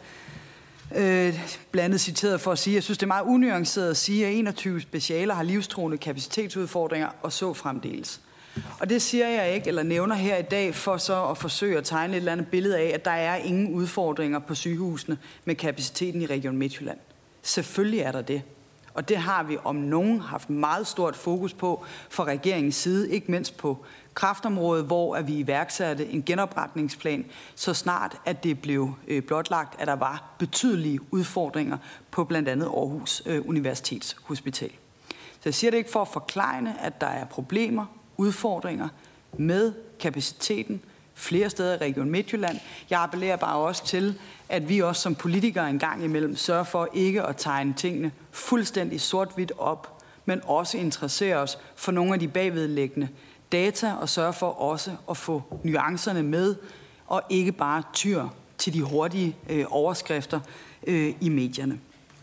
Øh, blandt andet citeret for at sige, at jeg synes, det er meget unuanceret at sige, at enogtyve specialer har livstruende kapacitetsudfordringer og så fremdeles. Og det siger jeg ikke, eller nævner her i dag, for så at forsøge at tegne et eller andet billede af, at der er ingen udfordringer på sygehusene med kapaciteten i Region Midtjylland. Selvfølgelig er der det. Og det har vi om nogen haft meget stort fokus på fra regeringens side, ikke mindst på kræftområdet, hvor vi iværksatte en genopretningsplan, så snart at det blev øh, blotlagt, at der var betydelige udfordringer på blandt andet Aarhus øh, Universitetshospital. Så jeg siger det ikke for at forklejne, at der er problemer, udfordringer med kapaciteten flere steder i Region Midtjylland. Jeg appellerer bare også til, at vi også som politikere en gang imellem sørger for ikke at tegne tingene fuldstændig sort-hvidt op, men også interessere os for nogle af de bagvedliggende data og sørge for også at få nuancerne med, og ikke bare tyr til de hurtige øh, overskrifter øh, i medierne.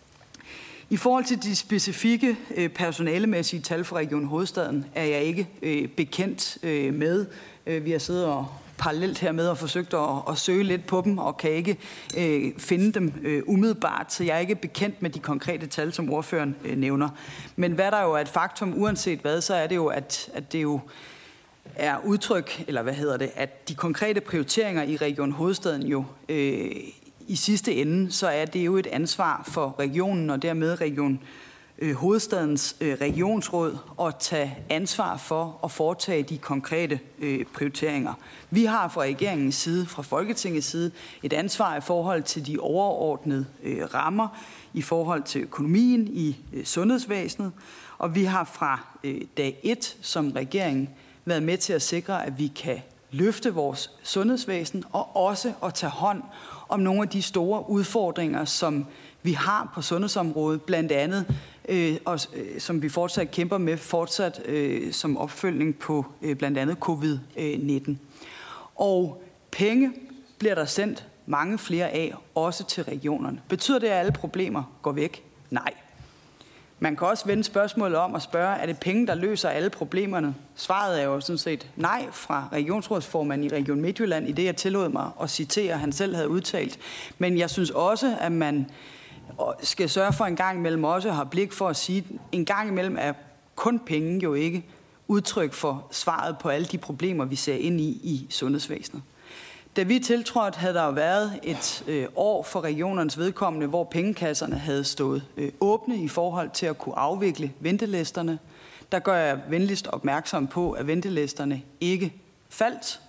I forhold til de specifikke øh, personalemæssige tal for Region Hovedstaden er jeg ikke øh, bekendt øh, med. Øh, vi har siddet og parallelt hermed og forsøgt at, at søge lidt på dem, og kan ikke øh, finde dem øh, umiddelbart, så jeg er ikke bekendt med de konkrete tal, som ordføreren øh, nævner. Men hvad der jo er et faktum, uanset hvad, så er det jo, at, at det jo er udtryk, eller hvad hedder det, at de konkrete prioriteringer i Region Hovedstaden jo øh, i sidste ende, så er det jo et ansvar for regionen og dermed region øh, hovedstadens øh, regionsråd at tage ansvar for at foretage de konkrete øh, prioriteringer. Vi har fra regeringens side, fra Folketingets side, et ansvar i forhold til de overordnede øh, rammer, i forhold til økonomien i øh, sundhedsvæsenet, og vi har fra øh, dag et som regering været med til at sikre, at vi kan løfte vores sundhedsvæsen og også at tage hånd om nogle af de store udfordringer, som vi har på sundhedsområdet, blandt andet, øh, og, øh, som vi fortsat kæmper med, fortsat øh, som opfølgning på øh, blandt andet covid nitten. Og penge bliver der sendt mange flere af, også til regionerne. Betyder det, at alle problemer går væk? Nej. Man kan også vende spørgsmålet om og spørge, er det penge, der løser alle problemerne? Svaret er jo sådan set nej fra regionsrådsformanden i Region Midtjylland, i det jeg tillod mig at citere, han selv havde udtalt. Men jeg synes også, at man skal sørge for en gang imellem også at have blik for at sige, at en gang imellem er kun penge jo ikke udtryk for svaret på alle de problemer, vi ser ind i i sundhedsvæsenet. Da vi tiltrådte, havde der jo været et øh, år for regionernes vedkommende, hvor pengekasserne havde stået øh, åbne i forhold til at kunne afvikle ventelisterne. Der gør jeg venligst opmærksom på, at ventelisterne ikke faldt.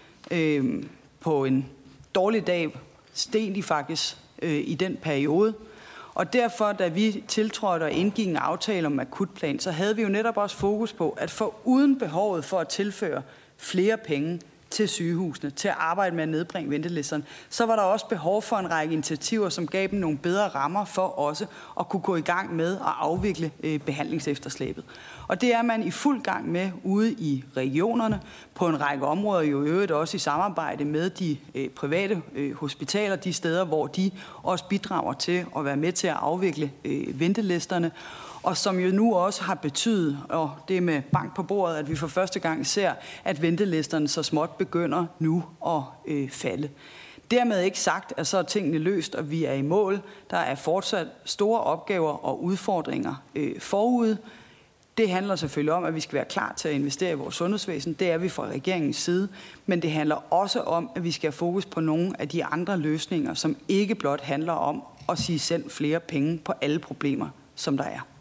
Øh, på en dårlig dag steg de faktisk øh, i den periode. Og derfor, da vi tiltrådte og indgik en aftale om akutplan, så havde vi jo netop også fokus på, at for uden behovet for at tilføre flere penge til sygehusene, til at arbejde med at nedbringe ventelisterne, så var der også behov for en række initiativer, som gav dem nogle bedre rammer for også at kunne gå i gang med at afvikle øh, behandlingsefterslæbet. Og det er man i fuld gang med ude i regionerne, på en række områder, jo i øvrigt også i samarbejde med de øh, private øh, hospitaler, de steder, hvor de også bidrager til at være med til at afvikle øh, ventelisterne, og som jo nu også har betydet, og det er med bank på bordet, at vi for første gang ser, at ventelisterne så småt begynder nu at øh, falde. Dermed ikke sagt, at så er tingene løst, og vi er i mål. Der er fortsat store opgaver og udfordringer øh, forude. Det handler selvfølgelig om, at vi skal være klar til at investere i vores sundhedsvæsen. Det er vi fra regeringens side. Men det handler også om, at vi skal have fokus på nogle af de andre løsninger, som ikke blot handler om at sige send flere penge på alle problemer, som der er.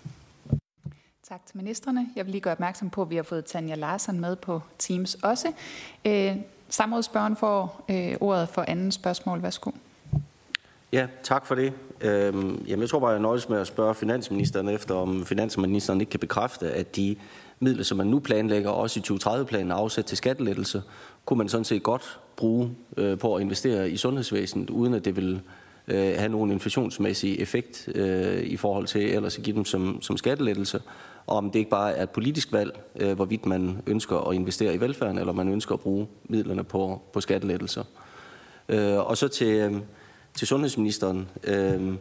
Tak til ministerne. Jeg vil lige gøre opmærksom på, at vi har fået Tanja Larsson med på Teams også. Øh, Samrådsspørgeren får øh, ordet for anden spørgsmål. Værsgo. Ja, tak for det. Øhm, jamen, jeg tror bare, jeg nøjes med at spørge finansministeren efter, om finansministeren ikke kan bekræfte, at de midler, som man nu planlægger, også i tyve tredive-planen afsat til skattelettelse, kunne man sådan set godt bruge øh, på at investere i sundhedsvæsenet, uden at det vil øh, have nogen inflationsmæssig effekt øh, i forhold til ellers at give dem som, som skattelettelse. Og om det ikke bare er et politisk valg, øh, hvorvidt man ønsker at investere i velfærden, eller man ønsker at bruge midlerne på, på skattelettelser. Øh, og så til, øh, til sundhedsministeren. Øh,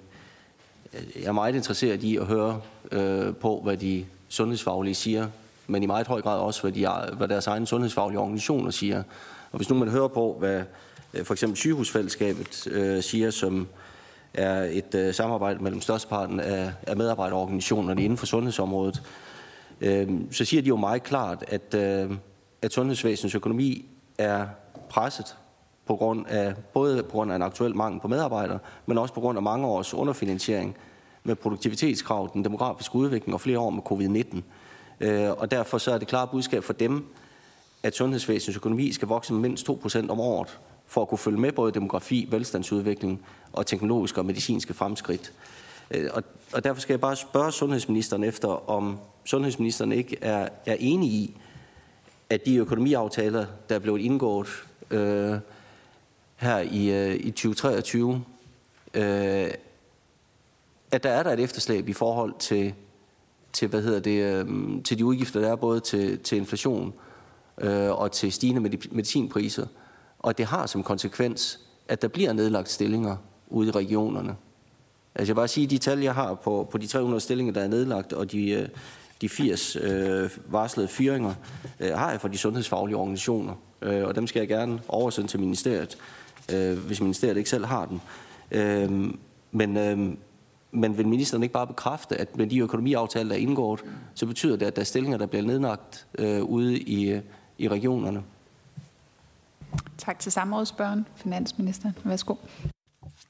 jeg er meget interesseret i at høre øh, på, hvad de sundhedsfaglige siger, men i meget høj grad også, hvad, de, hvad deres egne sundhedsfaglige organisationer siger. Og hvis nu man hører på, hvad øh, for eksempel sygehusfællesskabet øh, siger, som er et øh, samarbejde mellem størsteparten af, af medarbejderorganisationerne inden for sundhedsområdet, øh, så siger de jo meget klart, at, øh, at sundhedsvæsenets økonomi er presset på grund af, både på grund af en aktuel mangel på medarbejdere, men også på grund af mange års underfinansiering med produktivitetskrav, den demografiske udvikling og flere år med covid nitten. Øh, og derfor så er det klare budskab for dem, at sundhedsvæsenets økonomi skal vokse med mindst to procent om året, for at kunne følge med både demografi, velstandsudvikling og teknologiske og medicinske fremskridt. Og, og derfor skal jeg bare spørge sundhedsministeren efter, om sundhedsministeren ikke er, er enig i, at de økonomiaftaler, der er blevet indgået øh, her i, øh, i tyve treogtyve, øh, at der er der et efterslæb i forhold til, til, hvad hedder det, øh, til de udgifter, der er både til, til inflation øh, og til stigende medicinpriser. Og det har som konsekvens, at der bliver nedlagt stillinger ude i regionerne. Altså jeg vil bare sige, at de tal, jeg har på, på de tre hundrede stillinger, der er nedlagt, og de, de firs øh, varslede fyringer, øh, har jeg fra de sundhedsfaglige organisationer. Øh, og dem skal jeg gerne oversende til ministeriet, øh, hvis ministeriet ikke selv har den. Øh, men, øh, men vil ministeren ikke bare bekræfte, at med de økonomiaftaler, der er indgået, så betyder det, at der er stillinger, der bliver nedlagt øh, ude i, i regionerne? Tak til samrådsspørgeren. Finansministeren, værsgo.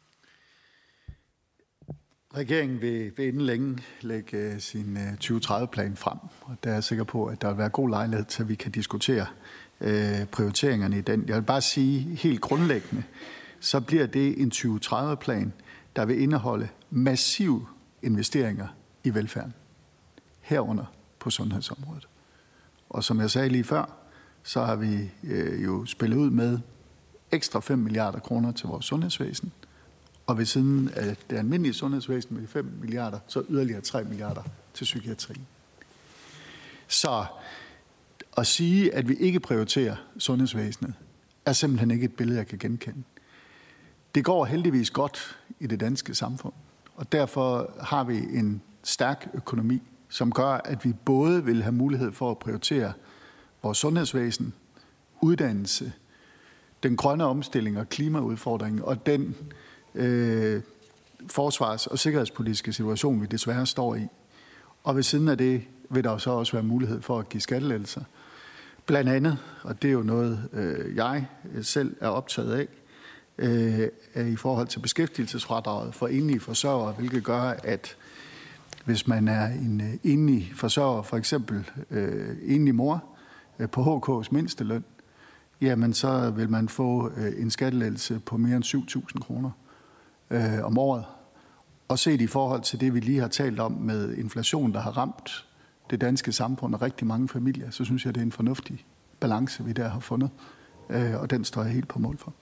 Regeringen vil, vil inden længe lægge sin tyve tredive-plan frem, og der er jeg sikker på, at der vil være god lejlighed til, at vi kan diskutere øh, prioriteringerne i den. Jeg vil bare sige helt grundlæggende, så bliver det en tyve tredive-plan, der vil indeholde massive investeringer i velfærden, herunder på sundhedsområdet. Og som jeg sagde lige før, så har vi øh, jo spillet ud med ekstra fem milliarder kroner til vores sundhedsvæsen, og ved siden af det almindelige sundhedsvæsen med fem milliarder, så yderligere tre milliarder til psykiatrien. Så at sige, at vi ikke prioriterer sundhedsvæsenet, er simpelthen ikke et billede, jeg kan genkende. Det går heldigvis godt i det danske samfund, og derfor har vi en stærk økonomi, som gør, at vi både vil have mulighed for at prioritere vores sundhedsvæsen, uddannelse, den grønne omstilling og klimaudfordringen og den øh, forsvars- og sikkerhedspolitiske situation, vi desværre står i. Og ved siden af det vil der så også være mulighed for at give skattelettelser. Blandt andet, og det er jo noget, øh, jeg selv er optaget af, øh, i forhold til beskæftigelsesfradraget for enlige forsørgere, hvilket gør, at hvis man er en enlig forsørger, for eksempel øh, enlig mor øh, på H K's mindsteløn, jamen så vil man få øh, en skattelettelse på mere end syv tusind kroner øh, om året. Og set i forhold til det, vi lige har talt om med inflation, der har ramt det danske samfund og rigtig mange familier, så synes jeg, det er en fornuftig balance, vi der har fundet. Øh, og den står jeg helt på mål for.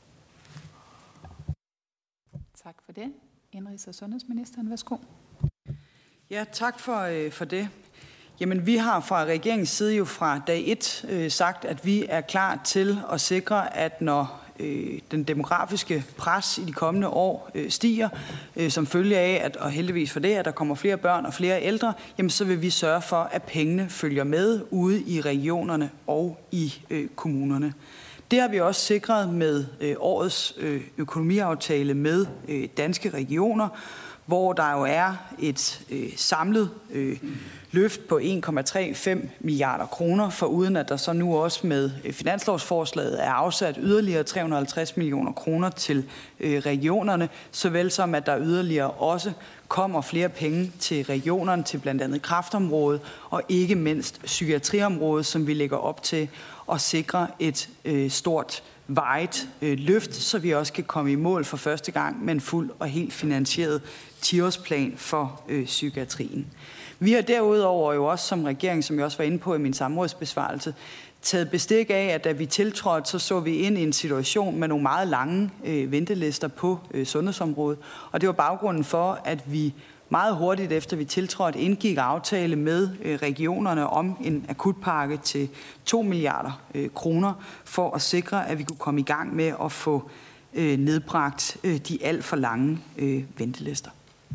Tak for det. Indenrigs- og sundhedsministeren, værsgo. Ja, tak for, øh, for det. Jamen, vi har fra regeringens side jo fra dag et øh, sagt, at vi er klar til at sikre, at når øh, den demografiske pres i de kommende år øh, stiger, øh, som følge af, at, og heldigvis for det, at der kommer flere børn og flere ældre, jamen så vil vi sørge for, at pengene følger med ude i regionerne og i øh, kommunerne. Det har vi også sikret med øh, årets øh, økonomiaftale med øh, Danske Regioner, hvor der jo er et øh, samlet øh, løft på en komma fem tre milliarder kroner, for uden at der så nu også med øh, finanslovsforslaget er afsat yderligere tre hundrede og halvtreds millioner kroner til øh, regionerne, såvel som at der yderligere også kommer flere penge til regionerne, til blandt andet kræftområdet og ikke mindst psykiatriområdet, som vi lægger op til at sikre et øh, stort vejet øh, løft, så vi også kan komme i mål for første gang med en fuld og helt finansieret ti-årsplan for øh, psykiatrien. Vi har derudover jo også som regering, som jeg også var inde på i min samrådsbesvarelse, taget bestik af, at da vi tiltrådte, så så vi ind i en situation med nogle meget lange øh, ventelister på øh, sundhedsområdet. Og det var baggrunden for, at vi meget hurtigt efter vi tiltrådte indgik aftale med øh, regionerne om en akutpakke til to milliarder øh, kroner for at sikre, at vi kunne komme i gang med at få øh, nedbragt øh, de alt for lange øh, ventelister.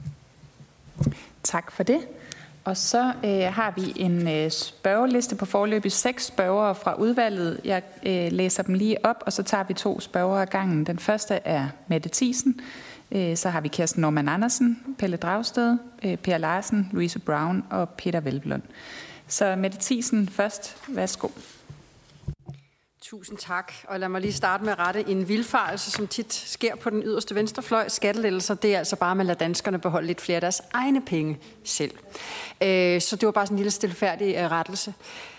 Tak for det. Og så øh, har vi en øh, spørgeliste på forløbig seks spørgere fra udvalget. Jeg øh, læser dem lige op, og så tager vi to spørgere ad gangen. Den første er Mette Thiesen. Øh, så har vi Kirsten Normann Andersen, Pelle Dragsted, øh, Per Larsen, Louise Brown og Peter Hvelplund. Så Mette Thiesen først. Værsgo. Tusind tak, og lad mig lige starte med at rette en vildfarelse, som tit sker på den yderste venstrefløj. Skattelettelser, det er altså bare, at man lader danskerne beholde lidt flere af deres egne penge selv. Så det var bare sådan en lille stilfærdig rettelse.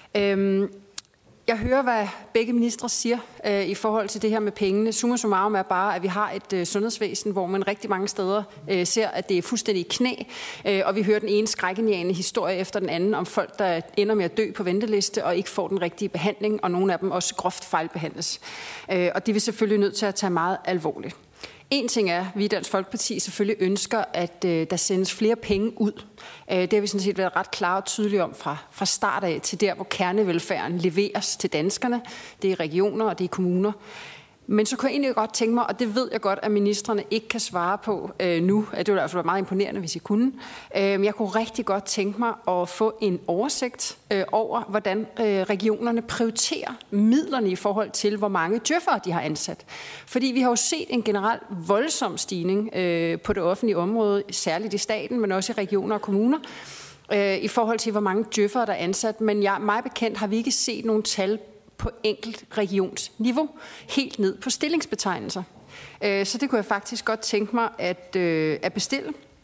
Jeg hører, hvad begge ministre siger øh, i forhold til det her med pengene. Summa summarum er bare, at vi har et øh, sundhedsvæsen, hvor man rigtig mange steder øh, ser, at det er fuldstændig i knæ. Øh, og vi hører den ene skrækindjagende historie efter den anden om folk, der ender med at dø på venteliste og ikke får den rigtige behandling, og nogle af dem også groft fejlbehandles. Øh, og det er vi selvfølgelig nødt til at tage meget alvorligt. En ting er, at vi i Dansk Folkeparti selvfølgelig ønsker, at øh, der sendes flere penge ud. Øh, det har vi sådan set været ret klare og tydelige om fra, fra start af til der, hvor kernevelfærden leveres til danskerne. Det er regioner og det er kommuner. Men så kunne jeg egentlig godt tænke mig, og det ved jeg godt, at ministrene ikke kan svare på øh, nu. Det ville i hvert fald være meget imponerende, hvis I kunne. Øh, jeg kunne rigtig godt tænke mig at få en oversigt øh, over, hvordan øh, regionerne prioriterer midlerne i forhold til, hvor mange djøffere de har ansat. Fordi vi har jo set en generelt voldsom stigning øh, på det offentlige område, særligt i staten, men også i regioner og kommuner, øh, i forhold til, hvor mange djøffere der er ansat. Men jeg, mig bekendt har vi ikke set nogen tal på enkelt regionsniveau, helt ned på stillingsbetegnelser. Så det kunne jeg faktisk godt tænke mig at, at bestille.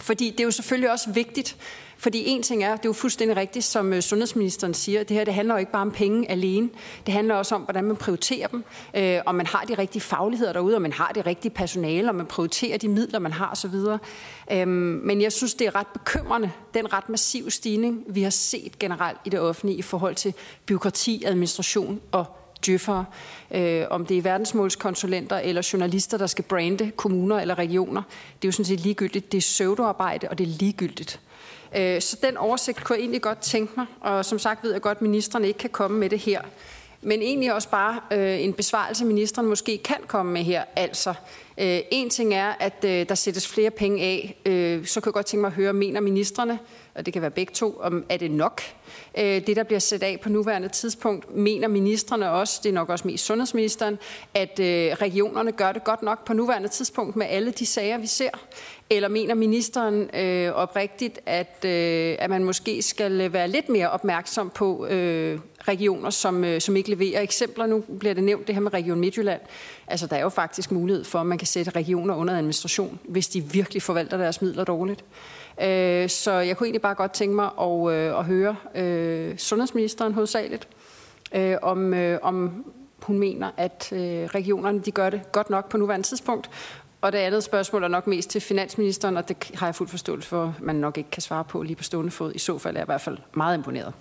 Fordi det er jo selvfølgelig også vigtigt, fordi en ting er, det er jo fuldstændig rigtigt, som sundhedsministeren siger, det her det handler jo ikke bare om penge alene. Det handler også om, hvordan man prioriterer dem, øh, om man har de rigtige fagligheder derude, om man har det rigtige personale, om man prioriterer de midler, man har osv. Øhm, men jeg synes, det er ret bekymrende, den ret massive stigning, vi har set generelt i det offentlige i forhold til bureaukrati, administration og djøffere, øh, om det er verdensmålskonsulenter eller journalister, der skal brande kommuner eller regioner. Det er jo sådan set ligegyldigt. Det er pseudoarbejde, og det er ligegyldigt. Øh, så den oversigt kunne jeg egentlig godt tænke mig, og som sagt ved jeg godt, at ministeren ikke kan komme med det her. Men egentlig også bare øh, en besvarelse, ministeren måske kan komme med her. Altså, øh, en ting er, at øh, der sættes flere penge af. Øh, så kan jeg godt tænke mig at høre, mener ministerne, og det kan være begge to, om er det nok, øh, det der bliver sat af på nuværende tidspunkt? Mener ministerne også, det er nok også mest sundhedsministeren, at øh, regionerne gør det godt nok på nuværende tidspunkt med alle de sager, vi ser? Eller mener ministeren øh, oprigtigt, at, øh, at man måske skal være lidt mere opmærksom på øh, regioner, som, øh, som ikke leverer eksempler? Nu bliver det nævnt det her med Region Midtjylland. Altså, der er jo faktisk mulighed for, at man kan sætte regioner under administration, hvis de virkelig forvalter deres midler dårligt. Øh, så jeg kunne egentlig bare godt tænke mig at, øh, at høre øh, sundhedsministeren hovedsageligt, øh, om, øh, om hun mener, at øh, regionerne de gør det godt nok på nuværende tidspunkt. Og det andet spørgsmål er nok mest til finansministeren, og det har jeg fuld forståelse for, at man nok ikke kan svare på lige på stående fod. I så fald er jeg i hvert fald meget imponeret.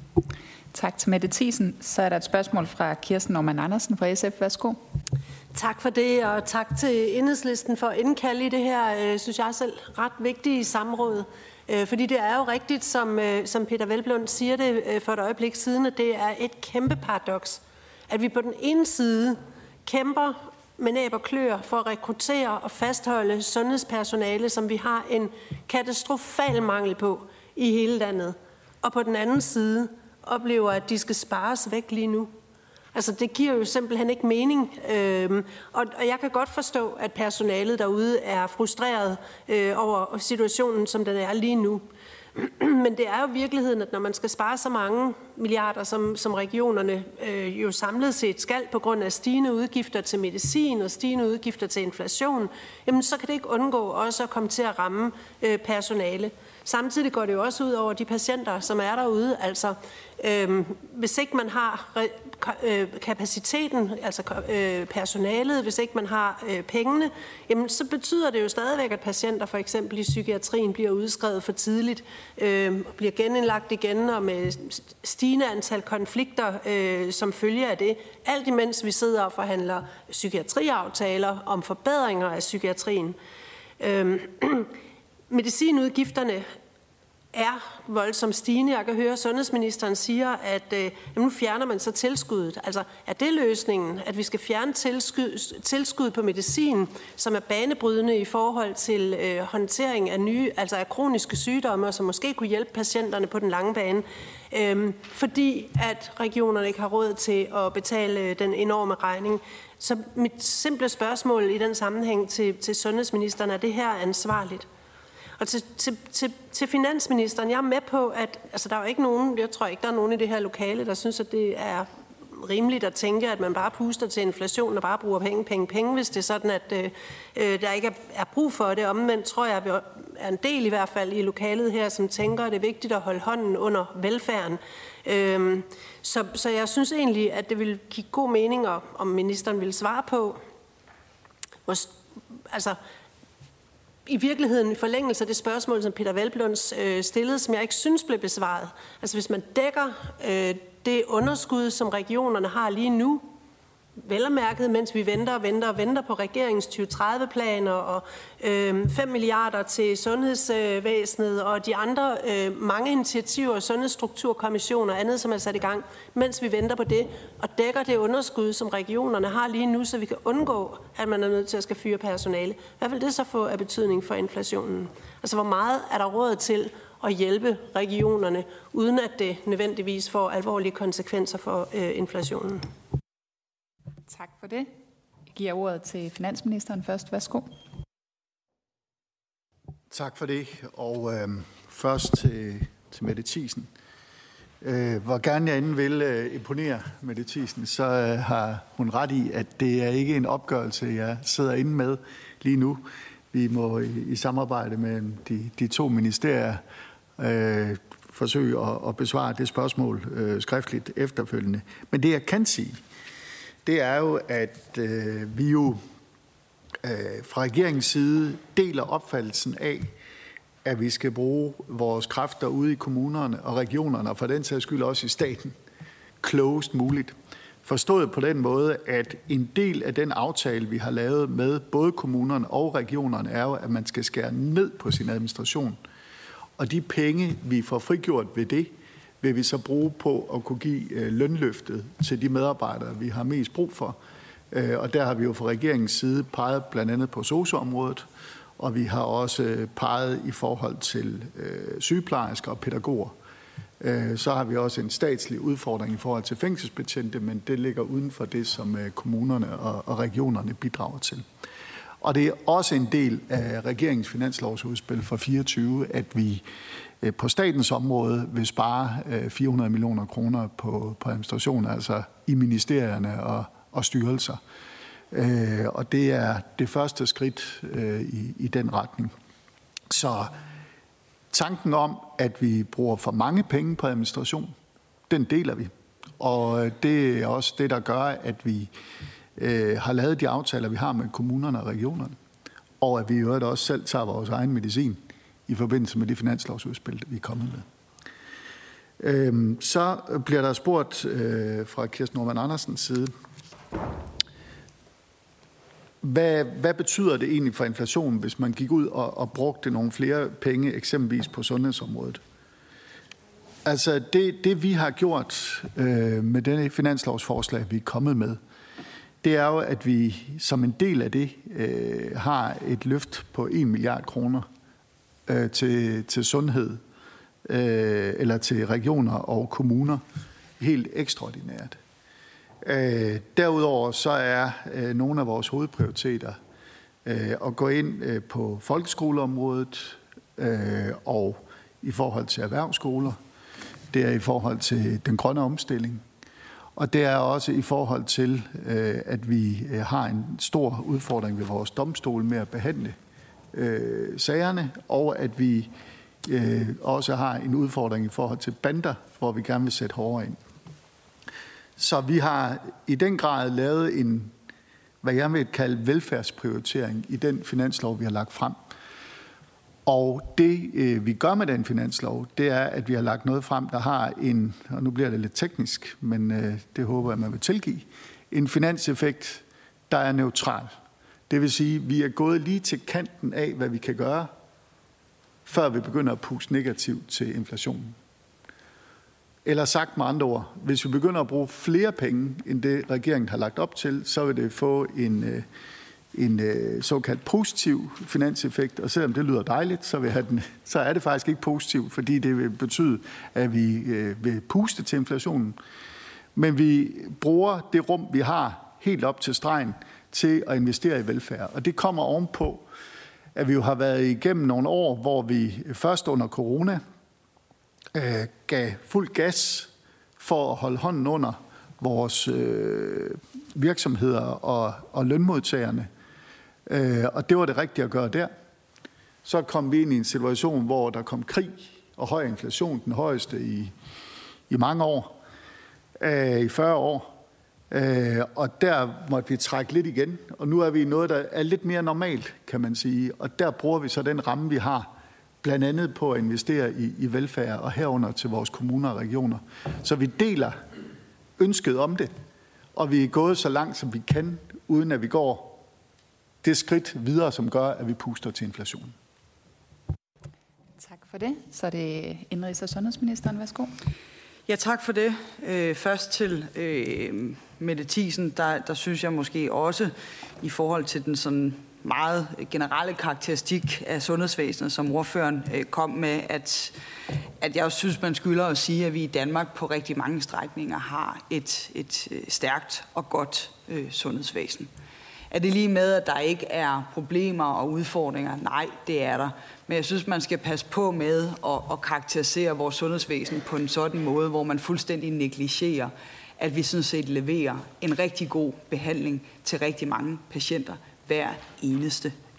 Tak til Mette Thiesen. Så er der et spørgsmål fra Kirsten Normann Andersen fra S F. Værsgo. Tak for det, og tak til Enhedslisten for at indkalde i det her, øh, synes jeg selv, ret vigtige samråd. Øh, fordi det er jo rigtigt, som, øh, som Peter Hvelplund siger det øh, for et øjeblik siden, at det er et kæmpe paradoks, at vi på den ene side kæmper med næb og klør for at rekruttere og fastholde sundhedspersonale, som vi har en katastrofal mangel på i hele landet. Og på den anden side oplever, at de skal spares væk lige nu. Altså, det giver jo simpelthen ikke mening. Øhm, og, og jeg kan godt forstå, at personalet derude er frustreret øh, over situationen, som den er lige nu. Men det er jo virkeligheden, at når man skal spare så mange milliarder, som, som regionerne øh, jo samlet set skal, på grund af stigende udgifter til medicin og stigende udgifter til inflation, jamen så kan det ikke undgå også at komme til at ramme øh, personale. Samtidig går det jo også ud over de patienter, som er derude. Altså, øh, hvis ikke man har øh, kapaciteten, altså øh, personalet, hvis ikke man har øh, pengene, jamen, så betyder det jo stadigvæk, at patienter for eksempel i psykiatrien bliver udskrevet for tidligt, øh, bliver genindlagt igen og med stigende antal konflikter øh, som følge af det. Alt imens vi sidder og forhandler psykiatriaftaler om forbedringer af psykiatrien. Øh, Medicinudgifterne er voldsomt stigende. Jeg kan høre, at sundhedsministeren siger, at øh, nu fjerner man så tilskuddet. Altså, er det løsningen, at vi skal fjerne tilskud, tilskud på medicin, som er banebrydende i forhold til øh, håndtering af nye, altså af kroniske sygdomme, og som måske kunne hjælpe patienterne på den lange bane, øh, fordi at regionerne ikke har råd til at betale den enorme regning. Så mit simple spørgsmål i den sammenhæng til, til sundhedsministeren, er det her ansvarligt? Og til, til, til, til finansministeren, jeg er med på, at altså, der er jo ikke nogen, jeg tror ikke, der er nogen i det her lokale, der synes, at det er rimeligt at tænke, at man bare puster til inflation og bare bruger penge, penge, penge, hvis det er sådan, at øh, der ikke er, er brug for det. Omvendt tror jeg, at vi er en del i hvert fald i lokalet her, som tænker, at det er vigtigt at holde hånden under velfærden. Øh, så, så jeg synes egentlig, at det vil give god mening, om ministeren vil svare på, hvor, altså, i virkeligheden i forlængelse af det spørgsmål, som Peter Hvelplund øh, stillede, som jeg ikke synes blev besvaret. Altså hvis man dækker øh, det underskud, som regionerne har lige nu, vel og mærket, mens vi venter og venter og venter på regeringens tyve tredive-planer og øh, fem milliarder til sundhedsvæsenet og de andre øh, mange initiativer, sundhedsstrukturkommissioner og andet, som er sat i gang, mens vi venter på det, og dækker det underskud, som regionerne har lige nu, så vi kan undgå, at man er nødt til at skal fyre personale. Hvad vil det så få af betydning for inflationen? Altså, hvor meget er der råd til at hjælpe regionerne, uden at det nødvendigvis får alvorlige konsekvenser for øh, inflationen? Tak for det. Jeg giver ordet til finansministeren først. Værsgo. Tak for det. Og øh, først til, til Mette Thiesen. Øh, hvor gerne jeg inden vil øh, imponere Mette Thiesen, så øh, har hun ret i, at det er ikke en opgørelse, jeg sidder inde med lige nu. vi må i, i samarbejde med de, de to ministerier øh, forsøge at, at besvare det spørgsmål øh, skriftligt efterfølgende. Men det jeg kan sige, det er jo, at øh, vi jo øh, fra regeringens side deler opfattelsen af, at vi skal bruge vores kræfter ude i kommunerne og regionerne, og for den sags skyld også i staten, klogest muligt. Forstået på den måde, at en del af den aftale, vi har lavet med både kommunerne og regionerne, er jo, at man skal skære ned på sin administration. Og de penge, vi får frigjort ved det, vil vi så bruge på at kunne give lønløftet til de medarbejdere, vi har mest brug for. Og der har vi jo fra regeringens side peget blandt andet på sosu-området, og vi har også peget i forhold til sygeplejersker og pædagoger. Så har vi også en statslig udfordring i forhold til fængselsbetjente, men det ligger uden for det, som kommunerne og regionerne bidrager til. Og det er også en del af regeringens finanslovsudspil for fireogtyve, at vi på statens område vil spare fire hundrede millioner kroner på, på administration, altså i ministerierne og, og styrelser. Og det er det første skridt i, i den retning. Så tanken om, at vi bruger for mange penge på administration, den deler vi. Og det er også det, der gør, at vi øh, har lavet de aftaler, vi har med kommunerne og regionerne. Og at vi i øvrigt også selv tager vores egen medicin i forbindelse med det finanslovsudspil, vi er kommet med. Øhm, så bliver der spurgt øh, fra Kirsten Normann Andersens side, Hvad, hvad betyder det egentlig for inflationen, hvis man gik ud og, og brugte nogle flere penge, eksempelvis på sundhedsområdet? Altså det, det vi har gjort øh, med denne finanslovsforslag, vi er kommet med, det er jo, at vi som en del af det øh, har et løft på en milliard kroner øh, til, til sundhed, øh, eller til regioner og kommuner, helt ekstraordinært. Øh, derudover så er øh, nogle af vores hovedprioriteter øh, at gå ind øh, på folkeskoleområdet øh, og i forhold til erhvervsskoler. Det er i forhold til den grønne omstilling. Og det er også i forhold til, øh, at vi øh, har en stor udfordring ved vores domstol med at behandle øh, sagerne, og at vi øh, også har en udfordring i forhold til bander, hvor vi gerne vil sætte hårdere ind. Så vi har i den grad lavet en, hvad jeg vil kalde velfærdsprioritering i den finanslov, vi har lagt frem. Og det, vi gør med den finanslov, det er, at vi har lagt noget frem, der har en, og nu bliver det lidt teknisk, men det håber jeg, man vil tilgive, en finanseffekt, der er neutral. Det vil sige, at vi er gået lige til kanten af, hvad vi kan gøre, før vi begynder at puste negativt til inflationen. Eller sagt med andre ord, hvis vi begynder at bruge flere penge, end det regeringen har lagt op til, så vil det få en, en såkaldt positiv finanseffekt. Og selvom det lyder dejligt, så, vil den, så er det faktisk ikke positivt, fordi det vil betyde, at vi vil puste til inflationen. Men vi bruger det rum, vi har helt op til stregen, til at investere i velfærd. Og det kommer ovenpå, at vi jo har været igennem nogle år, hvor vi først under corona øh, gav fuld gas for at holde hånden under vores øh, virksomheder og, og lønmodtagerne. Øh, og det var det rigtige at gøre der. Så kom vi ind i en situation, hvor der kom krig og høj inflation, den højeste i, i mange år, øh, i fyrre år. Øh, og der måtte vi trække lidt igen, og nu er vi i noget, der er lidt mere normalt, kan man sige. Og der bruger vi så den ramme, vi har, blandt andet på at investere i, i velfærd og herunder til vores kommuner og regioner. Så vi deler ønsket om det, og vi er gået så langt, som vi kan, uden at vi går det skridt videre, som gør, at vi puster til inflationen. Tak for det. Så er det indrigs- og sundhedsministeren. Værsgo. Ja, tak for det. Øh, først til øh, Mette Thiesen, der, der synes jeg måske også i forhold til den sådan meget generelle karakteristik af sundhedsvæsenet, som ordføreren øh, kom med, at, at jeg også synes, man skylder at sige, at vi i Danmark på rigtig mange strækninger har et, et stærkt og godt øh, sundhedsvæsen. Er det lige med, at der ikke er problemer og udfordringer? Nej, det er der. Men jeg synes, man skal passe på med at, at karakterisere vores sundhedsvæsen på en sådan måde, hvor man fuldstændig negligerer, at vi sådan set leverer en rigtig god behandling til rigtig mange patienter hver eneste øh,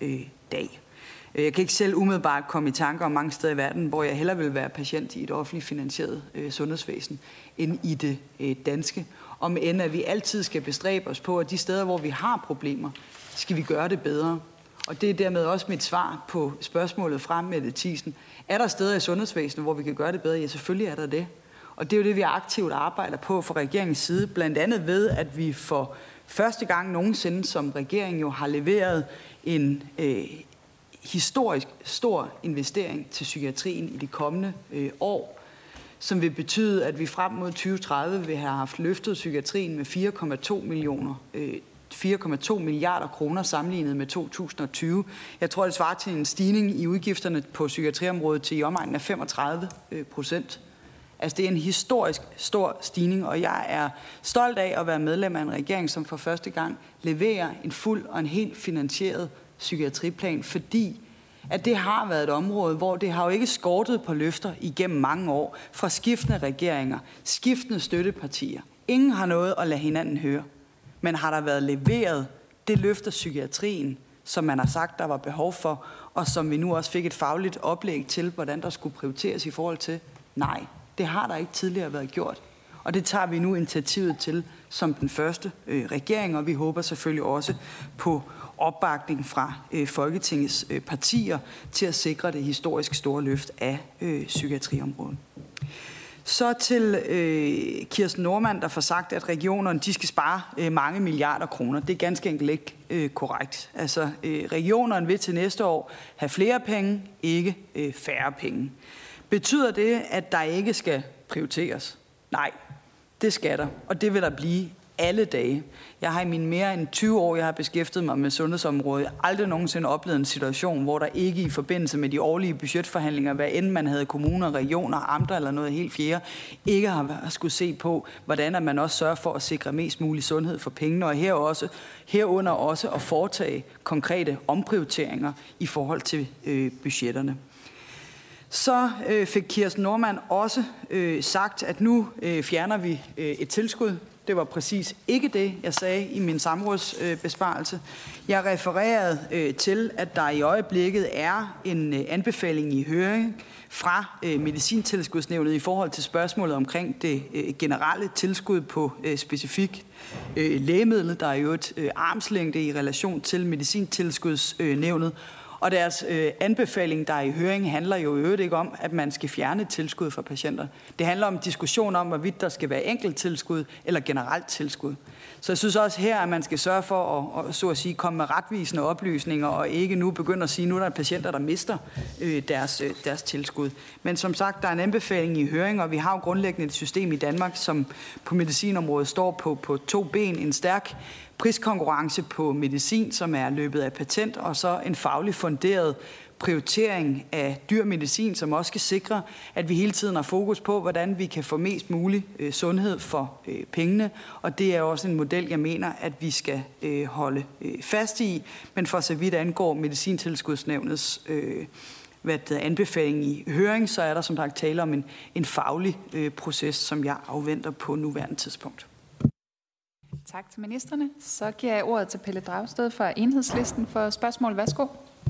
dag. Jeg kan ikke selv umiddelbart komme i tanker om mange steder i verden, hvor jeg hellere vil være patient i et offentligt finansieret øh, sundhedsvæsen, end i det øh, danske. Om end at vi altid skal bestræbe os på, at de steder, hvor vi har problemer, skal vi gøre det bedre. Og det er dermed også mit svar på spørgsmålet fra Mette Thiesen. Er der steder i sundhedsvæsenet, hvor vi kan gøre det bedre? Ja, selvfølgelig er der det. Og det er jo det, vi aktivt arbejder på fra regeringens side, blandt andet ved, at vi for første gang nogensinde som regering jo har leveret en øh, historisk stor investering til psykiatrien i de kommende øh, år, som vil betyde, at vi frem mod tyve tredive vil have haft løftet psykiatrien med fire komma to millioner øh, fire komma to milliarder kroner sammenlignet med to tusind og tyve. Jeg tror, det svarer til en stigning i udgifterne på psykiatriområdet til i omegnen af femogtredive procent. Altså, det er en historisk stor stigning, og jeg er stolt af at være medlem af en regering, som for første gang leverer en fuld og en helt finansieret psykiatriplan, fordi at det har været et område, hvor det har jo ikke skortet på løfter igennem mange år fra skiftende regeringer, skiftende støttepartier. Ingen har noget at lade hinanden høre. Men har der været leveret det løft af psykiatrien, som man har sagt, der var behov for, og som vi nu også fik et fagligt oplæg til, hvordan der skulle prioriteres i forhold til? Nej, det har der ikke tidligere været gjort. Og det tager vi nu initiativet til som den første øh, regering, og vi håber selvfølgelig også på opbakning fra øh, Folketingets øh, partier til at sikre det historisk store løft af øh, psykiatriområdet. Så til øh, Kirsten Normann, der får sagt, at regionerne de skal spare øh, mange milliarder kroner. Det er ganske enkelt ikke øh, korrekt. Altså, øh, regionerne vil til næste år have flere penge, ikke øh, færre penge. Betyder det, at der ikke skal prioriteres? Nej, det skal der, og det vil der blive alle dage. Jeg har i mine mere end tyve år, jeg har beskæftiget mig med sundhedsområdet, aldrig nogensinde oplevet en situation, hvor der ikke i forbindelse med de årlige budgetforhandlinger, hvad end man havde kommuner, regioner, amter eller noget helt fjerde, ikke har skulle se på, hvordan man også sørger for at sikre mest mulig sundhed for pengene, og her også, herunder også at foretage konkrete omprioriteringer i forhold til øh, budgetterne. Så øh, fik Kirsten Normann også øh, sagt, at nu øh, fjerner vi øh, et tilskud. Det var præcis ikke det, jeg sagde i min samrådsbesparelse. Øh, jeg refererede øh, til, at der i øjeblikket er en øh, anbefaling i høring fra øh, Medicintilskudsnævnet i forhold til spørgsmålet omkring det øh, generelle tilskud på øh, specifikt øh, lægemiddel. Der er jo et øh, armslængde i relation til Medicintilskudsnævnet. Og deres øh, anbefaling, der er i høring, handler jo i øvrigt ikke om, at man skal fjerne tilskud for patienter. Det handler om diskussion om, hvorvidt der skal være enkelt tilskud eller generelt tilskud. Så jeg synes også her, at man skal sørge for at, at, så at sige, komme med retvisende oplysninger, og ikke nu begynde at sige, at nu er der patienter, der mister øh, deres, øh, deres tilskud. Men som sagt, der er en anbefaling i høring, og vi har jo grundlæggende et system i Danmark, som på medicinområdet står på, på to ben. En stærk priskonkurrence på medicin, som er løbet af patent, og så en faglig funderet prioritering af dyr medicin, som også skal sikre, at vi hele tiden har fokus på, hvordan vi kan få mest mulig øh, sundhed for øh, pengene. Og det er også en model, jeg mener, at vi skal øh, holde øh, fast i. Men for så vidt angår Medicintilskudsnævnets øh, hvad det er, anbefaling i høring, så er der som sagt tale om en, en faglig øh, proces, som jeg afventer på nuværende tidspunkt. Tak til ministerne. Så giver jeg ordet til Pelle Dragsted fra Enhedslisten for spørgsmål. Værsgo.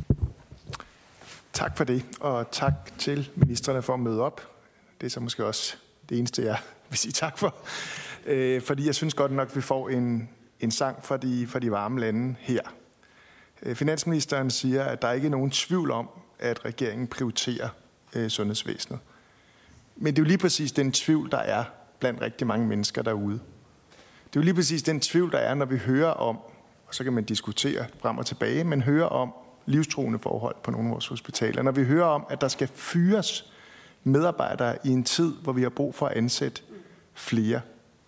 Tak for det, og tak til ministerne for at møde op. Det er så måske også det eneste, jeg vil sige tak for. Øh, fordi jeg synes godt nok, at vi får en, en sang for de, for de varme lande her. Øh, finansministeren siger, at der ikke er nogen tvivl om, at regeringen prioriterer øh, sundhedsvæsenet. Men det er jo lige præcis den tvivl, der er blandt rigtig mange mennesker derude. Det er jo lige præcis den tvivl, der er, når vi hører om, og så kan man diskutere frem og tilbage, men hører om livstruende forhold på nogle af vores hospitaler. Når vi hører om, at der skal fyres medarbejdere i en tid, hvor vi har brug for at ansætte flere.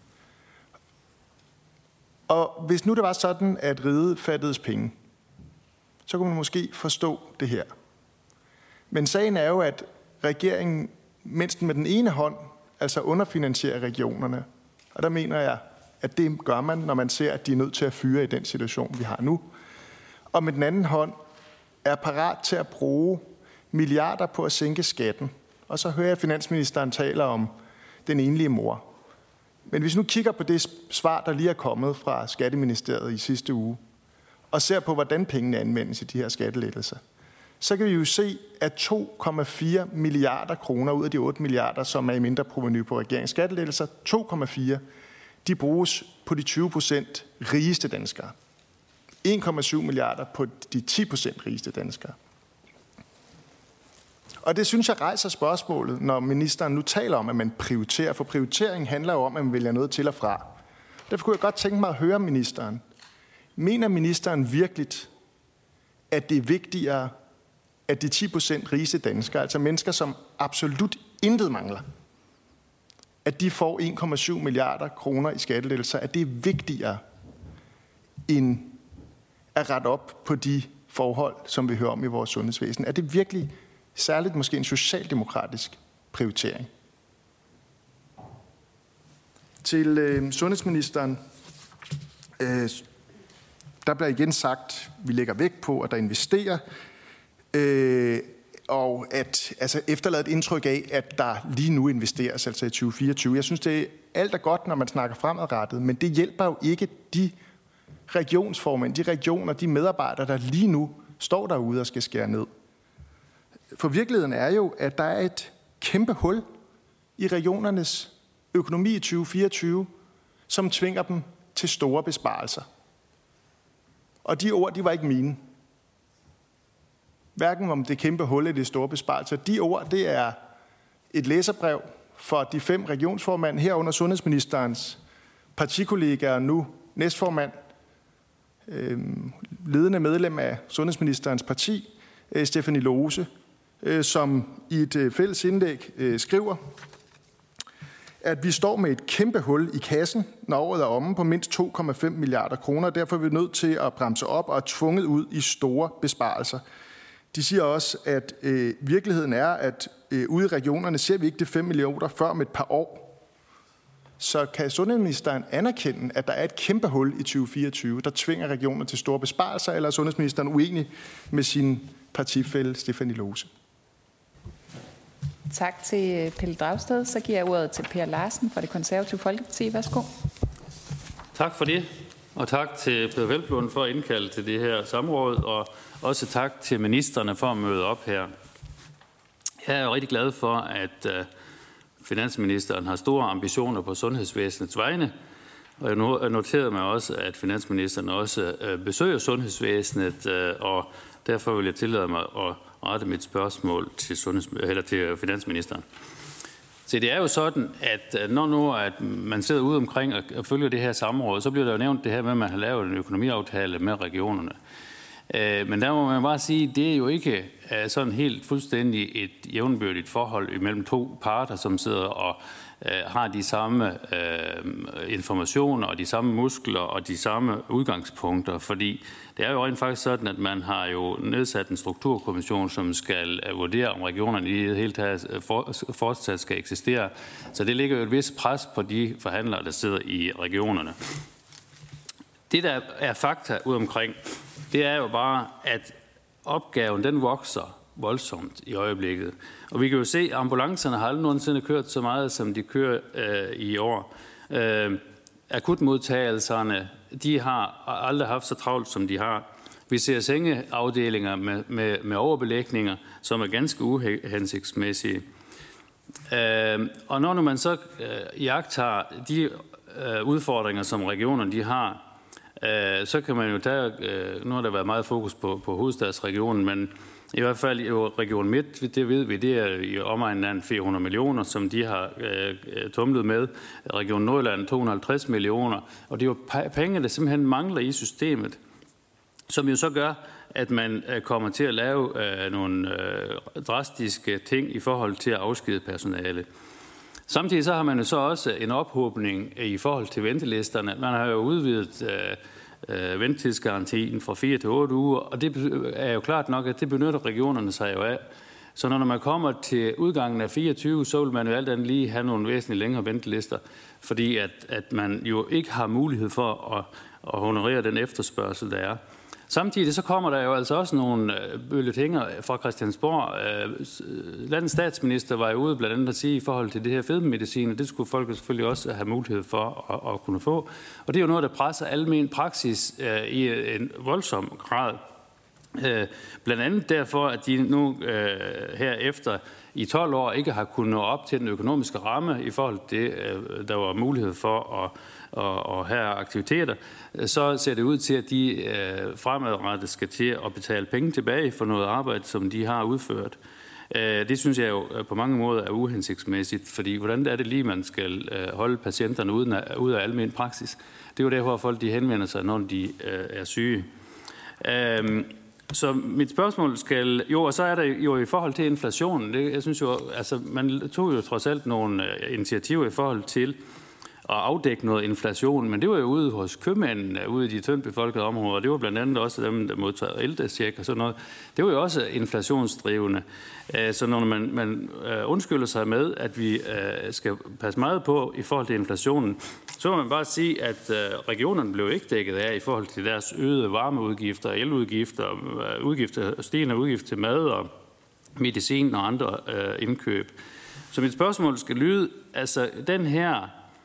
Og hvis nu det var sådan, at riget fattedes penge, så kunne man måske forstå det her. Men sagen er jo, at regeringen, mens den med den ene hånd, altså underfinansierer regionerne, og der mener jeg, at det gør man, når man ser, at de er nødt til at fyre i den situation, vi har nu. Og med den anden hånd er parat til at bruge milliarder på at sænke skatten. Og så hører jeg, at finansministeren taler om den enlige mor. Men hvis nu kigger på det svar, der lige er kommet fra Skatteministeriet i sidste uge, og ser på, hvordan pengene anvendes i de her skattelettelser, så kan vi jo se, at to komma fire milliarder kroner ud af de otte milliarder, som er i mindre provenu på regeringens skattelettelser, to komma fire, de bruges på de tyve procent rigeste danskere. en komma syv milliarder på de ti procent rigeste danskere. Og det synes jeg rejser spørgsmålet, når ministeren nu taler om, at man prioriterer, for prioritering handler jo om, at man vælger noget til og fra. Derfor kunne jeg godt tænke mig at høre ministeren. Mener ministeren virkelig, at det er vigtigere, at de ti procent rigeste danskere, altså mennesker, som absolut intet mangler, at de får en komma syv milliarder kroner i skattelettelser, at det er vigtigere end at rette op på de forhold, som vi hører om i vores sundhedsvæsen? Er det virkelig særligt måske en socialdemokratisk prioritering? Til øh, sundhedsministeren, øh, der bliver igen sagt, at vi lægger vægt på, at der investerer, øh, og at altså, efterlade et indtryk af, at der lige nu investeres, altså i tyve fireogtyve. Jeg synes, det er alt er godt, når man snakker fremadrettet, men det hjælper jo ikke de regionsformænd, de regioner, de medarbejdere, der lige nu står derude og skal skære ned. For virkeligheden er jo, at der er et kæmpe hul i regionernes økonomi i tyve fireogtyve, som tvinger dem til store besparelser. Og de ord, de var ikke mine. Hverken om det kæmpe hul i det store besparelser. De ord, det er et læserbrev for de fem regionsformænd, herunder sundhedsministerens partikollegaer, nu næstformand, øh, ledende medlem af sundhedsministerens parti, øh, Stephanie Lose, øh, som i et øh, fælles indlæg øh, skriver, at vi står med et kæmpe hul i kassen, når året er omme, på mindst to komma fem milliarder kroner. Derfor er vi nødt til at bremse op og er tvunget ud i store besparelser. De siger også, at øh, virkeligheden er, at øh, ude i regionerne ser vi ikke det fem millioner før om et par år. Så kan sundhedsministeren anerkende, at der er et kæmpe hul i tyve fireogtyve, der tvinger regioner til store besparelser, eller er sundhedsministeren uenig med sin partifælle Stephanie Lose? Tak til Pelle Dragsted. Så giver jeg ordet til Per Larsen fra Det Konservative Folkeparti. Værsgo. Tak for det, og tak til Peder Hvelplund for at indkalde til det her samråd, og også tak til ministerne for at møde op her. Jeg er jo rigtig glad for, at uh, finansministeren har store ambitioner på sundhedsvæsenets vegne, og jeg noterede mig også, at finansministeren også uh, besøger sundhedsvæsenet, uh, og derfor vil jeg tillade mig at rette mit spørgsmål til, sundheds- eller til finansministeren. Så det er jo sådan, at når nu at man sidder ude omkring og følger det her samråd, så bliver der jo nævnt det her med, at man har lavet en økonomiaftale med regionerne. Men der må man bare sige, at det er jo ikke sådan helt fuldstændig et jævnbyrdigt forhold imellem to parter, som sidder og har de samme informationer og de samme muskler og de samme udgangspunkter, fordi det er jo rent faktisk sådan, at man har jo nedsat en strukturkommission, som skal vurdere, om regionerne i det hele taget fortsat skal eksistere. Så det ligger jo et vist pres på de forhandlere, der sidder i regionerne. Det, der er fakta ud omkring, det er jo bare, at opgaven den vokser voldsomt i øjeblikket. Og vi kan jo se, at ambulancerne har aldrig nogensinde kørt så meget, som de kører øh, i år. Øh, akutmodtagelserne, de har aldrig haft så travlt, som de har. Vi ser sengeafdelinger med, med, med overbelægninger, som er ganske uhensigtsmæssige. Øh, og når man så øh, jagter de øh, udfordringer, som regionerne de har, øh, så kan man jo tage, øh, nu har der været meget fokus på, på hovedstadsregionen, men i hvert fald i Region Midt, det ved vi, det er i omegnen af fire hundrede millioner, som de har øh, tumlet med. Region Nordjylland to hundrede og halvtreds millioner, og det er jo penge, der simpelthen mangler i systemet, som jo så gør, at man øh, kommer til at lave øh, nogle øh, drastiske ting i forhold til at afskede personale. Samtidig så har man jo så også en ophobning i forhold til ventelisterne. Man har jo udvidet øh, ventetidsgarantien fra fire til otte uger, og det er jo klart nok, at det benytter regionerne sig jo af. Så når man kommer til udgangen af fireogtyve, så vil man jo alt andet lige have nogle væsentligt længere ventelister, fordi at, at man jo ikke har mulighed for at, at honorere den efterspørgsel, der er. Samtidig så kommer der jo altså også nogle bølgetænger fra Christiansborg. Landets statsminister var jo ude blandt andet at sige i forhold til det her fedmemedicin, og det skulle folk selvfølgelig også have mulighed for at, at kunne få. Og det er jo noget, der presser almen praksis i en voldsom grad. Blandt andet derfor, at de nu herefter i tolv år ikke har kunnet nå op til den økonomiske ramme i forhold til det, der var mulighed for at og, og have aktiviteter, så ser det ud til, at de øh, fremadrettet skal til at betale penge tilbage for noget arbejde, som de har udført. Øh, det synes jeg jo på mange måder er uhensigtsmæssigt, fordi hvordan er det lige, man skal øh, holde patienterne uden af, ud af almen praksis? Det er jo der, hvor folk de henvender sig, når de øh, er syge. Øh, Så mit spørgsmål skal jo, og så er der jo i forhold til inflationen. Det, jeg synes jo, altså man tog jo trods alt nogle initiativer i forhold til at afdække noget inflation, men det var jo ude hos købmændene, ude i de tyndt befolkede områder. Det var blandt andet også dem, der modtager ældrecheck og sådan noget. Det var jo også inflationsdrivende. Så når man, man undskylder sig med, at vi skal passe meget på i forhold til inflationen, så må man bare sige, at regionerne blev ikke dækket af i forhold til deres øgede varmeudgifter, eludgifter, udgifter, stigende udgifter til mad og medicin og andre indkøb. Så mit spørgsmål skal lyde, altså den her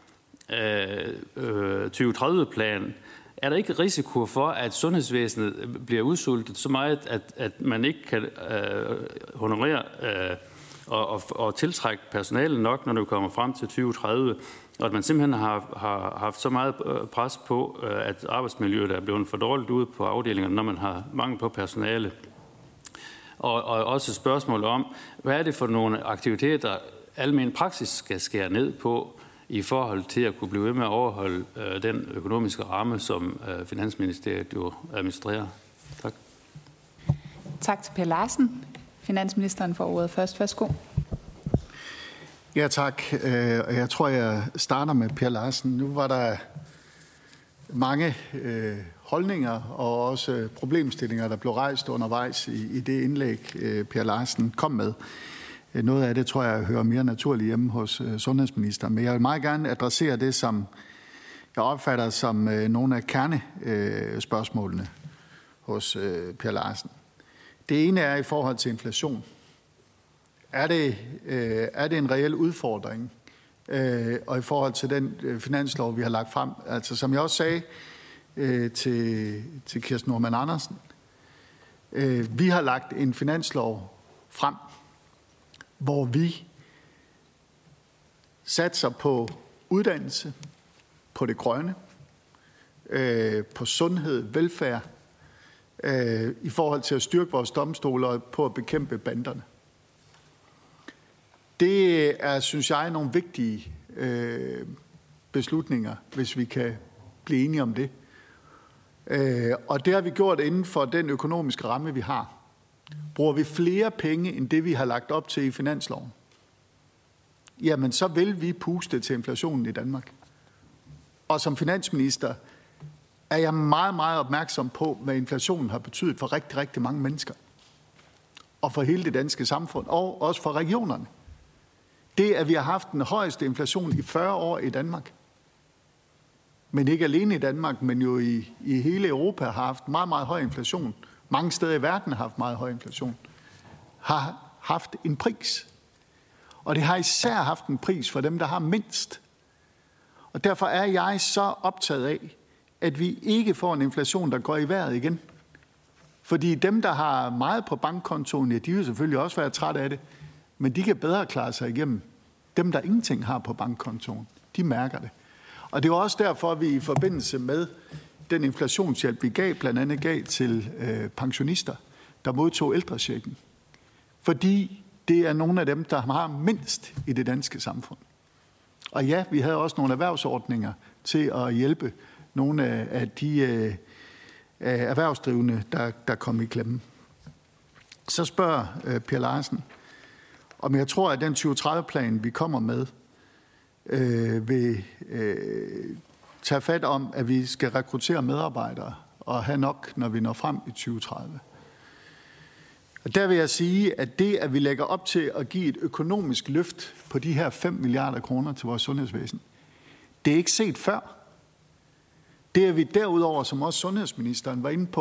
tyve tredive-plan, er der ikke risiko for, at sundhedsvæsenet bliver udsultet så meget, at, at man ikke kan øh, honorere øh, og, og, og tiltrække personale nok, når det kommer frem til tyve tredive, og at man simpelthen har, har haft så meget pres på, øh, at arbejdsmiljøet er blevet for dårligt ude på afdelingerne, når man har mangel på personale. Og, og også spørgsmål om, hvad er det for nogle aktiviteter, almen praksis skal skære ned på, i forhold til at kunne blive ved med at overholde øh, den økonomiske ramme, som øh, Finansministeriet jo administrerer. Tak. Tak til Per Larsen. Finansministeren får ordet først. Værsgo. Ja, tak. Jeg tror, jeg starter med Per Larsen. Nu var der mange øh, holdninger og også problemstillinger, der blev rejst undervejs i, i det indlæg, øh, Per Larsen kom med. Noget af det tror jeg hører mere naturligt hjemme hos sundhedsministeren, men jeg vil meget gerne adressere det, som jeg opfatter som nogle af kernespørgsmålene hos Per Larsen. Det ene er i forhold til inflation. Er det, er det en reel udfordring? Og i forhold til den finanslov, vi har lagt frem, altså som jeg også sagde til, til Kirsten Normann Andersen, vi har lagt en finanslov frem, hvor vi satser på uddannelse, på det grønne, øh, på sundhed, velfærd, øh, i forhold til at styrke vores domstole og på at bekæmpe banderne. Det er, synes jeg, nogle vigtige øh, beslutninger, hvis vi kan blive enige om det. Øh, og det har vi gjort inden for den økonomiske ramme, vi har. Bruger vi flere penge, end det vi har lagt op til i finansloven, jamen så vil vi puste til inflationen i Danmark. Og som finansminister er jeg meget, meget opmærksom på, hvad inflationen har betydet for rigtig, rigtig mange mennesker. Og for hele det danske samfund, og også for regionerne. Det, at vi har haft den højeste inflation i fyrre år i Danmark, men ikke alene i Danmark, men jo i, i hele Europa har haft meget, meget høj inflation. Mange steder i verden har haft meget høj inflation, har haft en pris. Og det har især haft en pris for dem, der har mindst. Og derfor er jeg så optaget af, at vi ikke får en inflation, der går i vejret igen. Fordi dem, der har meget på bankkontoen, ja, de vil selvfølgelig også være trætte af det, men de kan bedre klare sig igennem. Dem, der ingenting har på bankkontoen, de mærker det. Og det er også derfor, at vi i forbindelse med den inflationshjælp, vi gav, blandt andet gav til øh, pensionister, der modtog ældrechecken. Fordi det er nogle af dem, der har mindst i det danske samfund. Og ja, vi havde også nogle erhvervsordninger til at hjælpe nogle af de øh, erhvervsdrivende, der, der kom i klemme. Så spørger øh, Per Larsen, om jeg tror, at den tyve tredive-plan, vi kommer med, øh, vil øh, tage fat om, at vi skal rekruttere medarbejdere og have nok, når vi når frem i tyve tredive. Og der vil jeg sige, at det, at vi lægger op til at give et økonomisk løft på de her fem milliarder kroner til vores sundhedsvæsen, det er ikke set før. Det er vi derudover, som også sundhedsministeren var inde på,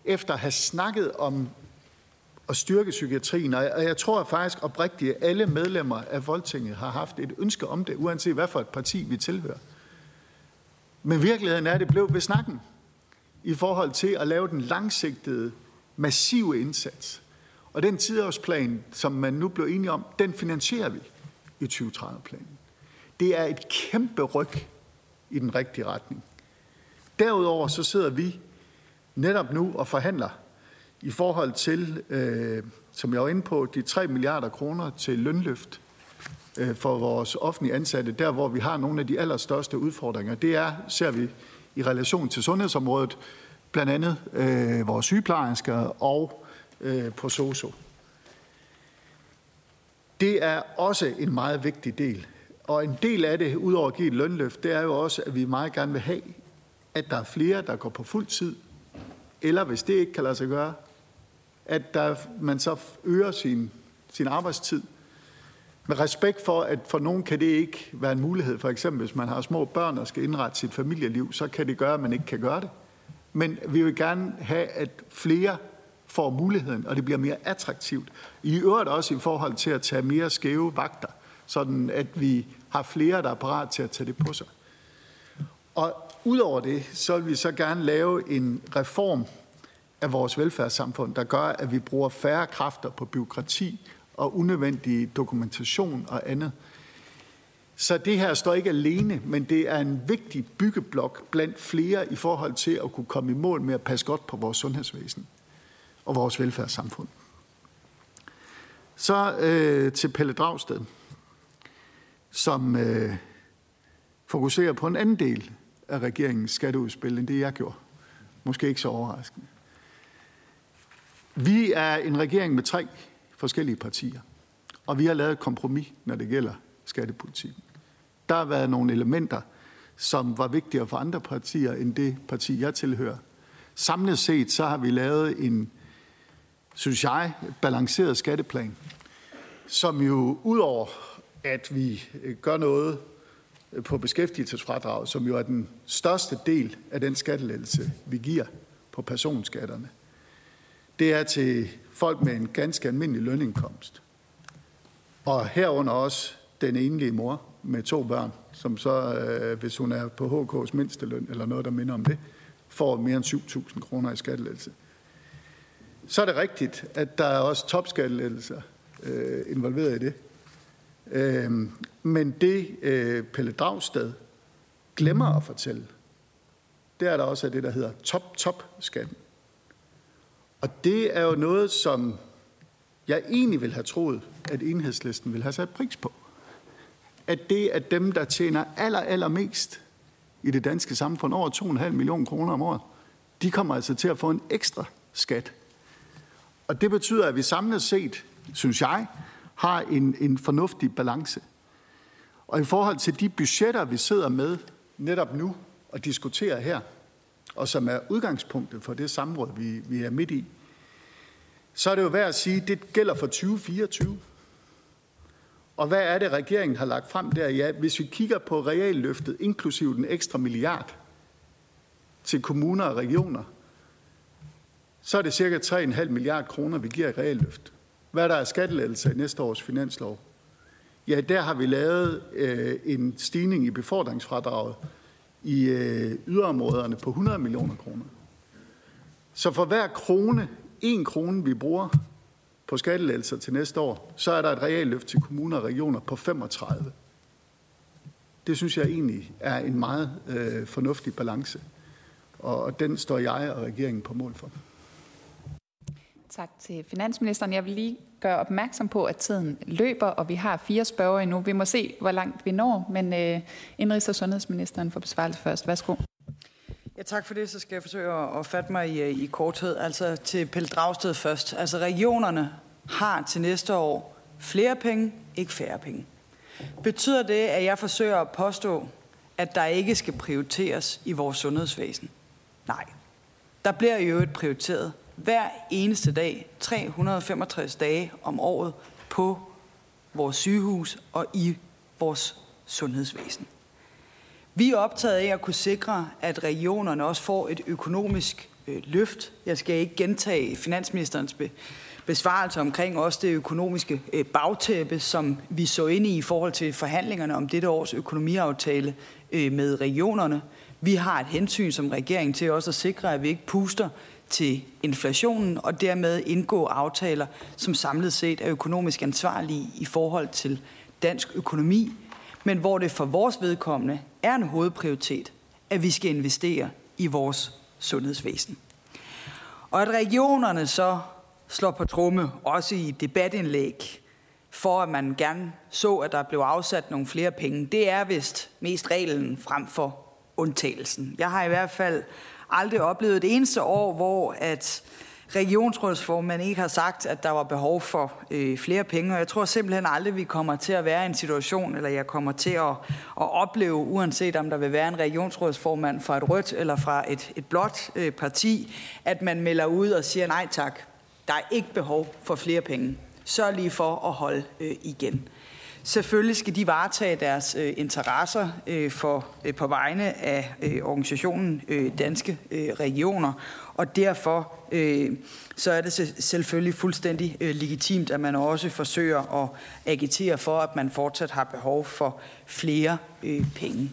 efter at have snakket om at styrke psykiatrien, og jeg tror faktisk oprigtigt, at alle medlemmer af Folketinget har haft et ønske om det, uanset hvad for et parti vi tilhører. Men virkeligheden er, at det blev ved snakken i forhold til at lave den langsigtede, massive indsats. Og den tidsårsplan, som man nu blev enige om, den finansierer vi i tyve tredive-planen. Det er et kæmpe ryg i den rigtige retning. Derudover så sidder vi netop nu og forhandler i forhold til, øh, som jeg var inde på, de tre milliarder kroner til lønløft øh, for vores offentlige ansatte, der hvor vi har nogle af de allerstørste udfordringer. Det er, ser vi i relation til sundhedsområdet, blandt andet øh, vores sygeplejersker og øh, på sosu. Det er også en meget vigtig del. Og en del af det, udover at give et lønløft, det er jo også, at vi meget gerne vil have, at der er flere, der går på fuld tid, eller hvis det ikke kan lade sig gøre, at der, man så øger sin, sin arbejdstid. Med respekt for, at for nogen kan det ikke være en mulighed. For eksempel, hvis man har små børn og skal indrette sit familieliv, så kan det gøre, at man ikke kan gøre det. Men vi vil gerne have, at flere får muligheden, og det bliver mere attraktivt. I øvrigt også i forhold til at tage mere skæve vagter, sådan at vi har flere, der er parat til at tage det på sig. Og udover det, så vil vi så gerne lave en reform af vores velfærdssamfund, der gør, at vi bruger færre kræfter på bureaukrati og unødvendig dokumentation og andet. Så det her står ikke alene, men det er en vigtig byggeblok blandt flere i forhold til at kunne komme i mål med at passe godt på vores sundhedsvæsen og vores velfærdssamfund. Så øh, til Pelle Dragsted, som øh, fokuserer på en anden del af regeringens skatteudspil, end det jeg gjorde. Måske ikke så overraskende. Vi er en regering med tre forskellige partier, og vi har lavet et kompromis, når det gælder skattepolitikken. Der har været nogle elementer, som var vigtigere for andre partier, end det parti, jeg tilhører. Samlet set, så har vi lavet en, synes jeg, balanceret skatteplan, som jo udover, at vi gør noget på beskæftigelsesfradraget, som jo er den største del af den skattelettelse, vi giver på personskatterne. Det er til folk med en ganske almindelig lønindkomst. Og herunder også den enlige mor med to børn, som så, øh, hvis hun er på H K's mindsteløn eller noget, der minder om det, får mere end syv tusind kroner i skattelettelse. Så er det rigtigt, at der er også topskattelettelser øh, involveret i det. Øh, men det øh, Pelle Dragsted glemmer at fortælle, det er der også af det, der hedder top-top-skatten. Og det er jo noget, som jeg egentlig ville have troet, at Enhedslisten ville have sat pris på. At det er dem, der tjener aller, allermest i det danske samfund, over to komma fem millioner kroner om året, de kommer altså til at få en ekstra skat. Og det betyder, at vi samlet set, synes jeg, har en, en fornuftig balance. Og i forhold til de budgetter, vi sidder med netop nu og diskuterer her, og som er udgangspunktet for det samråd, vi, vi er midt i, så er det jo værd at sige, at det gælder for tyve fireogtyve. Og hvad er det, regeringen har lagt frem der? Ja, hvis vi kigger på realløftet, inklusive den ekstra milliard til kommuner og regioner, så er det cirka tre komma fem milliarder kroner, vi giver i realløft. Hvad er der af skattelettelser i næste års finanslov? Ja, der har vi lavet øh, en stigning i befordringsfradraget i øh, yderområderne på hundrede millioner kroner. Så for hver krone, en krone, vi bruger på skattelettelser til næste år, så er der et realløft til kommuner og regioner på femogtredive. Det synes jeg egentlig er en meget øh, fornuftig balance, og den står jeg og regeringen på mål for. Tak til finansministeren. Jeg vil lige gøre opmærksom på, at tiden løber, og vi har fire spørger endnu. Vi må se, hvor langt vi når, men øh, indrigs- og sundhedsministeren får besvarelse først. Værsgo. Ja, tak for det. Så skal jeg forsøge at, at fatte mig i, i korthed. Altså til Pelle Dragsted først. Altså regionerne har til næste år flere penge, ikke færre penge. Betyder det, at jeg forsøger at påstå, at der ikke skal prioriteres i vores sundhedsvæsen? Nej. Der bliver jo et prioriteret hver eneste dag, tre hundrede og femogtres dage om året, på vores sygehus og i vores sundhedsvæsen. Vi er optaget af at kunne sikre, at regionerne også får et økonomisk øh, løft. Jeg skal ikke gentage finansministerens be- besvarelse omkring også det økonomiske øh, bagtæppe, som vi så ind i i forhold til forhandlingerne om dette års økonomiaftale øh, med regionerne. Vi har et hensyn som regering til også at sikre, at vi ikke puster til inflationen og dermed indgå aftaler, som samlet set er økonomisk ansvarlige i forhold til dansk økonomi, men hvor det for vores vedkommende er en hovedprioritet, at vi skal investere i vores sundhedsvæsen. Og at regionerne så slår på tromme, også i debatindlæg, for at man gerne så, at der blev afsat nogle flere penge, det er vist mest reglen frem for undtagelsen. Jeg har i hvert fald aldrig oplevet et eneste år, hvor at regionsrådsformanden ikke har sagt, at der var behov for øh, flere penge. Og jeg tror simpelthen aldrig, vi kommer til at være i en situation, eller jeg kommer til at, at opleve, uanset om der vil være en regionsrådsformand fra et rødt eller fra et, et blåt øh, parti, at man melder ud og siger nej tak. Der er ikke behov for flere penge. Sørg lige for at holde øh, igen. Selvfølgelig skal de varetage deres øh, interesser øh, for, øh, på vegne af øh, organisationen øh, Danske øh, Regioner, og derfor øh, så er det selvfølgelig fuldstændig øh, legitimt, at man også forsøger at agitere for, at man fortsat har behov for flere øh, penge.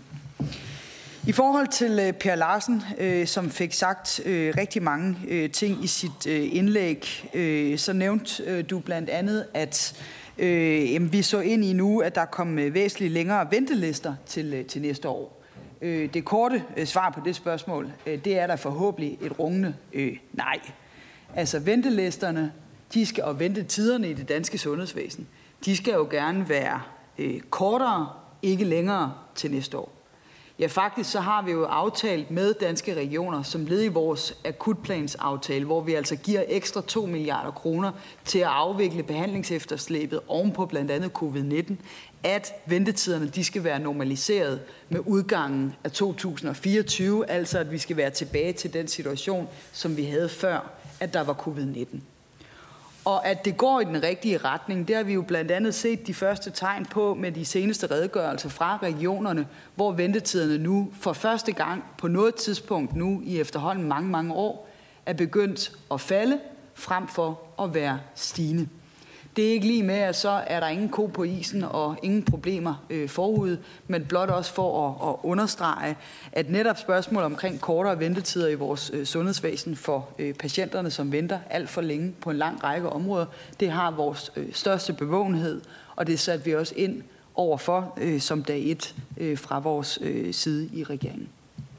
I forhold til øh, Per Larsen, øh, som fik sagt øh, rigtig mange øh, ting i sit øh, indlæg, øh, så nævnte øh, du blandt andet, at Øh, jamen, vi så ind i nu, at der kom væsentligt længere ventelister til, til næste år. Øh, det korte øh, svar på det spørgsmål, øh, det er der forhåbentlig et rungende øh, nej. Altså ventelisterne, de skal, og ventetiderne i det danske sundhedsvæsen, de skal jo gerne være øh, kortere, ikke længere til næste år. Ja, faktisk så har vi jo aftalt med Danske Regioner, som led i vores akutplansaftale, hvor vi altså giver ekstra to milliarder kroner til at afvikle behandlingsefterslæbet ovenpå blandt andet covid nitten, at ventetiderne de skal være normaliseret med udgangen af to tusind og fireogtyve, altså at vi skal være tilbage til den situation, som vi havde før, at der var covid nitten. Og at det går i den rigtige retning, det har vi jo blandt andet set de første tegn på med de seneste redegørelser fra regionerne, hvor ventetiderne nu for første gang på noget tidspunkt nu i efterhånden mange, mange år er begyndt at falde frem for at være stigende. Det er ikke lige med, at så er der ingen ko på isen og ingen problemer øh, forud, men blot også for at, at understrege, at netop spørgsmål omkring kortere ventetider i vores øh, sundhedsvæsen for øh, patienterne, som venter alt for længe på en lang række områder, det har vores øh, største bevågenhed, og det satte vi også ind overfor øh, som dag et øh, fra vores øh, side i regeringen.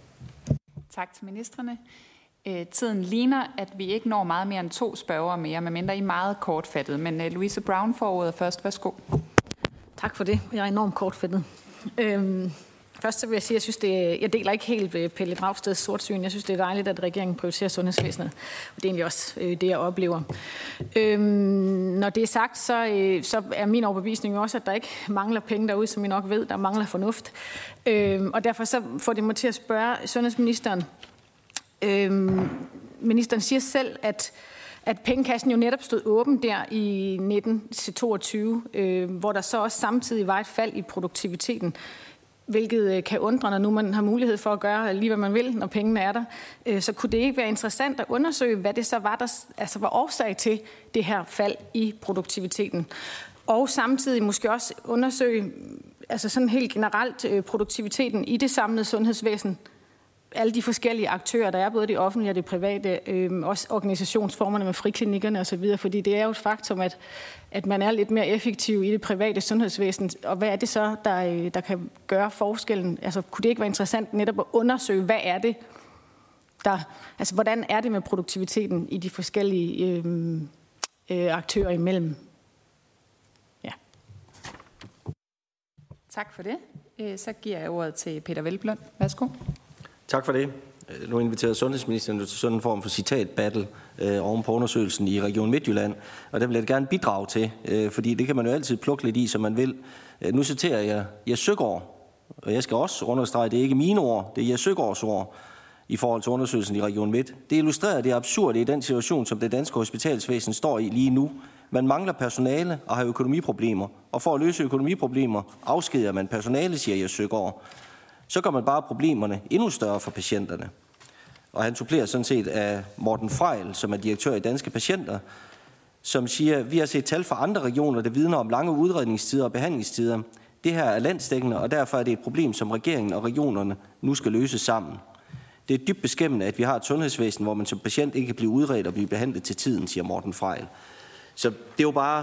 Tak til ministrene. Tiden ligner, at vi ikke når meget mere end to spørgere mere, medmindre I er meget kortfattet. Men uh, Louise Brown får ordet først. Værsgo. Tak for det. Jeg er enormt kortfattet. Øhm, først så vil jeg sige, at jeg synes, det er, jeg deler ikke helt Pelle Dragsteds sortsyn. Jeg synes, det er dejligt, at regeringen prioriterer sundhedsvæsenet. Og det er egentlig også øh, det, jeg oplever. Øhm, når det er sagt, så, øh, så er min overbevisning også, at der ikke mangler penge derude, som I nok ved. Der mangler fornuft. Øhm, og derfor så får det mig til at spørge sundhedsministeren. Øhm, ministeren siger selv, at, at pengekassen jo netop stod åben der i nitten til toogtyve, øh, hvor der så også samtidig var et fald i produktiviteten, hvilket øh, kan undre, når nu man har mulighed for at gøre lige, hvad man vil, når pengene er der. Øh, så kunne det ikke være interessant at undersøge, hvad det så var, der altså var årsag til det her fald i produktiviteten? Og samtidig måske også undersøge altså sådan helt generelt øh, produktiviteten i det samlede sundhedsvæsen, alle de forskellige aktører, der er, både det offentlige og det private, øh, også organisationsformerne med friklinikkerne osv., fordi det er jo et faktum, at, at man er lidt mere effektiv i det private sundhedsvæsen, og hvad er det så, der, der kan gøre forskellen? Altså, kunne det ikke være interessant netop at undersøge, hvad er det, der, altså, hvordan er det med produktiviteten i de forskellige øh, øh, aktører imellem? Ja. Tak for det. Så giver jeg ordet til Peter Hvelplund. Værsgo. Tak for det. Nu inviterer sundhedsministeren til sådan en form for citat-battle øh, oven på undersøgelsen i Region Midtjylland, og der vil jeg gerne bidrage til, øh, fordi det kan man jo altid plukke lidt i, som man vil. Øh, nu citerer jeg Jes Søgaard, og jeg skal også understrege, det er ikke mine ord, det er Jes Søgaards ord i forhold til undersøgelsen i Region Midt. Det illustrerer det absurde i den situation, som det danske hospitalsvæsen står i lige nu. Man mangler personale og har økonomiproblemer, og for at løse økonomiproblemer afskediger man personale, siger Jes Søgaard. Så gør man bare problemerne endnu større for patienterne. Og han supplerer sådan set af Morten Frejl, som er direktør i Danske Patienter, som siger, vi har set tal fra andre regioner, der vidner om lange udredningstider og behandlingstider. Det her er landsdækkende, og derfor er det et problem, som regeringen og regionerne nu skal løse sammen. Det er dybt beskæmmende, at vi har et sundhedsvæsen, hvor man som patient ikke kan blive udredt og blive behandlet til tiden, siger Morten Frejl. Så det er jo bare,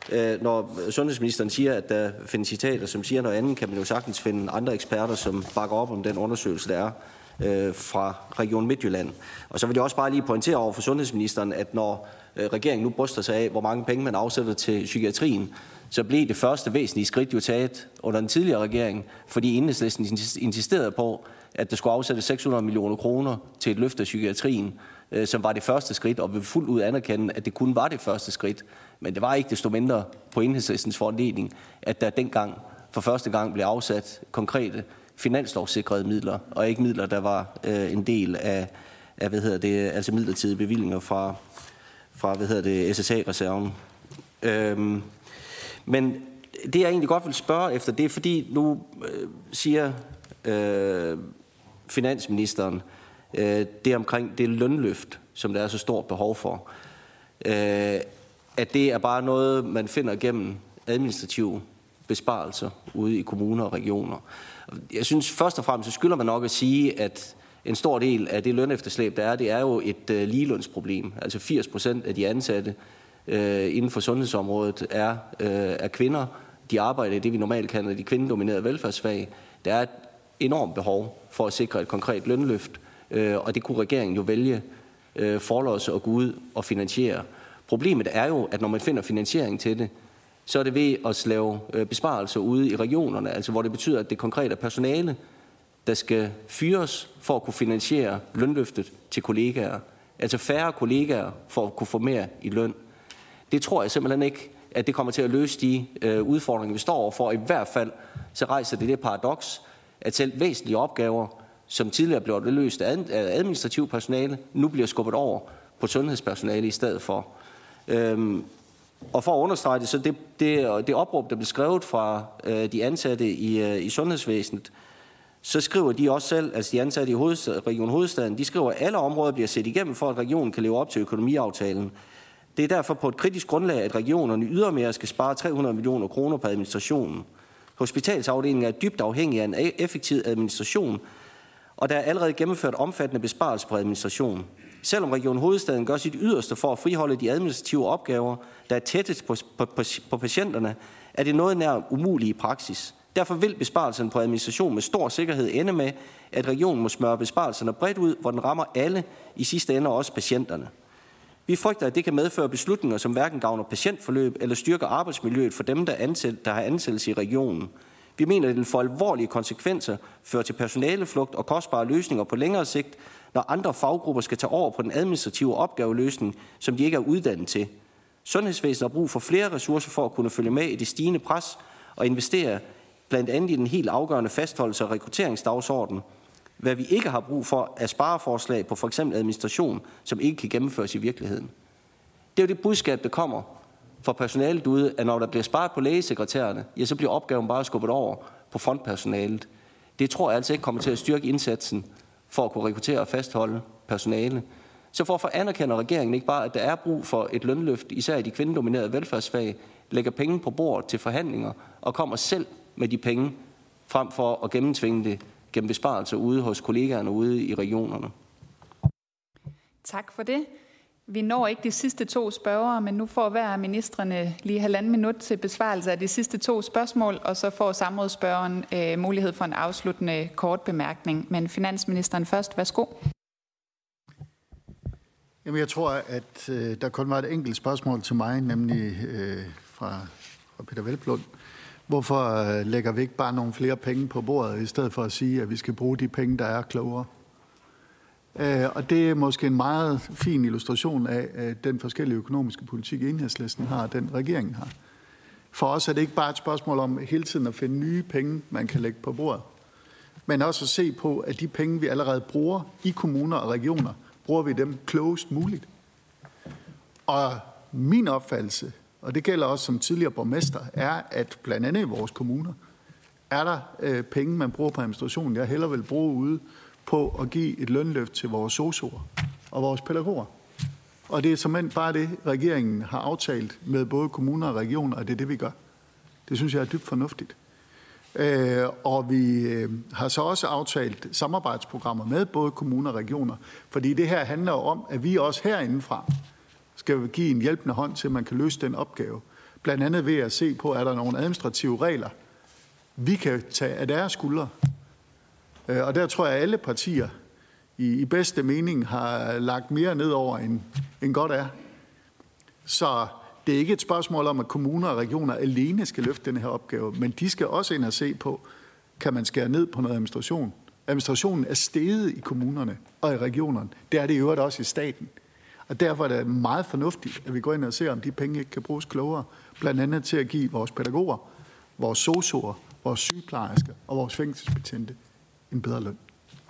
når sundhedsministeren siger, at der findes citater, som siger noget andet, kan man jo sagtens finde andre eksperter, som bakker op om den undersøgelse, der er fra Region Midtjylland. Og så vil jeg også bare lige pointere over for sundhedsministeren, at når regeringen nu bryster sig af, hvor mange penge man afsætter til psykiatrien, så blev det første væsentlige skridt jo taget under den tidligere regering, fordi Enhedslisten insisterede på, at der skulle afsættes seks hundrede millioner kroner til et løft af psykiatrien, som var det første skridt, og vil fuldt ud anerkende, at det kun var det første skridt. Men det var ikke desto mindre på Enhedslistens foranledning, at der dengang for første gang blev afsat konkrete finanslovssikrede midler, og ikke midler, der var øh, en del af, af hvad hedder det, altså midlertidige bevillinger fra, fra hvad hedder det, S S A-reserven. Øhm, men det, jeg egentlig godt vil spørge efter, det er, fordi nu øh, siger øh, finansministeren øh, det omkring det lønløft, som der er så stort behov for, øh, at det er bare noget, man finder gennem administrative besparelser ude i kommuner og regioner. Jeg synes først og fremmest, så skylder man nok at sige, at en stor del af det lønefterslæb, der er, det er jo et øh, ligelønsproblem. Altså firs procent af de ansatte øh, inden for sundhedsområdet er, øh, er kvinder. De arbejder i det, vi normalt kalder de kvindedominerede velfærdsfag. Der er et enormt behov for at sikre et konkret lønløft, øh, og det kunne regeringen jo vælge øh, forlods at gå ud og finansiere. Problemet er jo, at når man finder finansiering til det, så er det ved at lave besparelser ude i regionerne, altså hvor det betyder, at det konkrete personale, der skal fyres for at kunne finansiere lønløftet til kollegaer, altså færre kollegaer for at kunne få mere i løn. Det tror jeg simpelthen ikke, at det kommer til at løse de øh, udfordringer, vi står overfor. I hvert fald så rejser det det paradoks, at selv væsentlige opgaver, som tidligere blev løst af administrativ personale, nu bliver skubbet over på sundhedspersonale i stedet for. Øhm, Og for at understrege det, så det, det, det opråb, der blev skrevet fra øh, de ansatte i, øh, i sundhedsvæsenet, så skriver de også selv, altså de ansatte i hovedstad, Region Hovedstaden, de skriver, at alle områder bliver set igennem, for at regionen kan leve op til økonomiaftalen. Det er derfor på et kritisk grundlag, at regionerne ydermere skal spare tre hundrede millioner kroner på administrationen. Hospitalsafdelingen er dybt afhængig af en effektiv administration, og der er allerede gennemført omfattende besparelser på administration. Selvom Region Hovedstaden gør sit yderste for at friholde de administrative opgaver, der er tættest på, på, på, på patienterne, er det noget nær umuligt i praksis. Derfor vil besparelserne på administration med stor sikkerhed ende med, at regionen må smøre besparelserne bredt ud, hvor den rammer alle, i sidste ende også patienterne. Vi frygter, at det kan medføre beslutninger, som hverken gavner patientforløb eller styrker arbejdsmiljøet for dem, der, ansæt, der har ansættelse i regionen. Vi mener, at det vil få alvorlige konsekvenser, føre til personaleflugt og kostbare løsninger på længere sigt, når andre faggrupper skal tage over på den administrative opgaveløsning, som de ikke er uddannet til. Sundhedsvæsenet har brug for flere ressourcer for at kunne følge med i det stigende pres og investere blandt andet i den helt afgørende fastholdelse og rekrutteringsdagsorden. Hvad vi ikke har brug for er spareforslag på f.eks. administration, som ikke kan gennemføres i virkeligheden. Det er jo det budskab, der kommer fra personalet ude, at når der bliver sparet på lægesekretærerne, ja, så bliver opgaven bare skubbet over på frontpersonalet. Det tror jeg altså ikke kommer til at styrke indsatsen for at kunne rekruttere og fastholde personale. Så hvorfor anerkender regeringen ikke bare, at der er brug for et lønløft, især i de kvindedominerede velfærdsfag, lægger penge på bordet til forhandlinger og kommer selv med de penge, frem for at gennemtvinge det gennem besparelser ude hos kollegaerne ude i regionerne? Tak for det. Vi når ikke de sidste to spørgere, men nu får hver af ministrene lige halvanden minut til besvarelse af de sidste to spørgsmål, og så får samrådsspørgeren øh, mulighed for en afsluttende kort bemærkning. Men finansministeren først, værsgo. Jamen, jeg tror, at øh, der kun var et enkelt spørgsmål til mig, nemlig øh, fra, fra Peter Hvelplund. Hvorfor øh, lægger vi ikke bare nogle flere penge på bordet, i stedet for at sige, at vi skal bruge de penge, der er klogere? Øh, og det er måske en meget fin illustration af øh, den forskellige økonomiske politik, Enhedslisten har, og den regeringen har. For os er det ikke bare et spørgsmål om hele tiden at finde nye penge, man kan lægge på bordet, men også at se på, at de penge, vi allerede bruger i kommuner og regioner, bruger vi dem klogest muligt. Og min opfattelse, og det gælder også som tidligere borgmester, er, at blandt andet i vores kommuner, er der øh, penge, man bruger på administration, jeg hellere vil bruge ude på at give et lønløft til vores sosu'er og vores pædagoger. Og det er simpelthen bare det, regeringen har aftalt med både kommuner og regioner, og det er det, vi gør. Det synes jeg er dybt fornuftigt. Øh, og vi øh, har så også aftalt samarbejdsprogrammer med både kommuner og regioner, fordi det her handler jo om, at vi også herindefra skal give en hjælpende hånd til, at man kan løse den opgave. Blandt andet ved at se på, er der nogle administrative regler, vi kan tage af deres skuldre. Øh, og der tror jeg, at alle partier i, i bedste mening har lagt mere ned over, end, end godt er. Så det er ikke et spørgsmål om, at kommuner og regioner alene skal løfte den her opgave, men de skal også ind og se på, kan man skære ned på noget administration. Administrationen er steget i kommunerne og i regionerne. Det er det i øvrigt også i staten. Og derfor er det meget fornuftigt, at vi går ind og ser, om de penge ikke kan bruges klogere. Blandt andet til at give vores pædagoger, vores sosu'er, vores sygeplejersker og vores fængselsbetjente en bedre løn.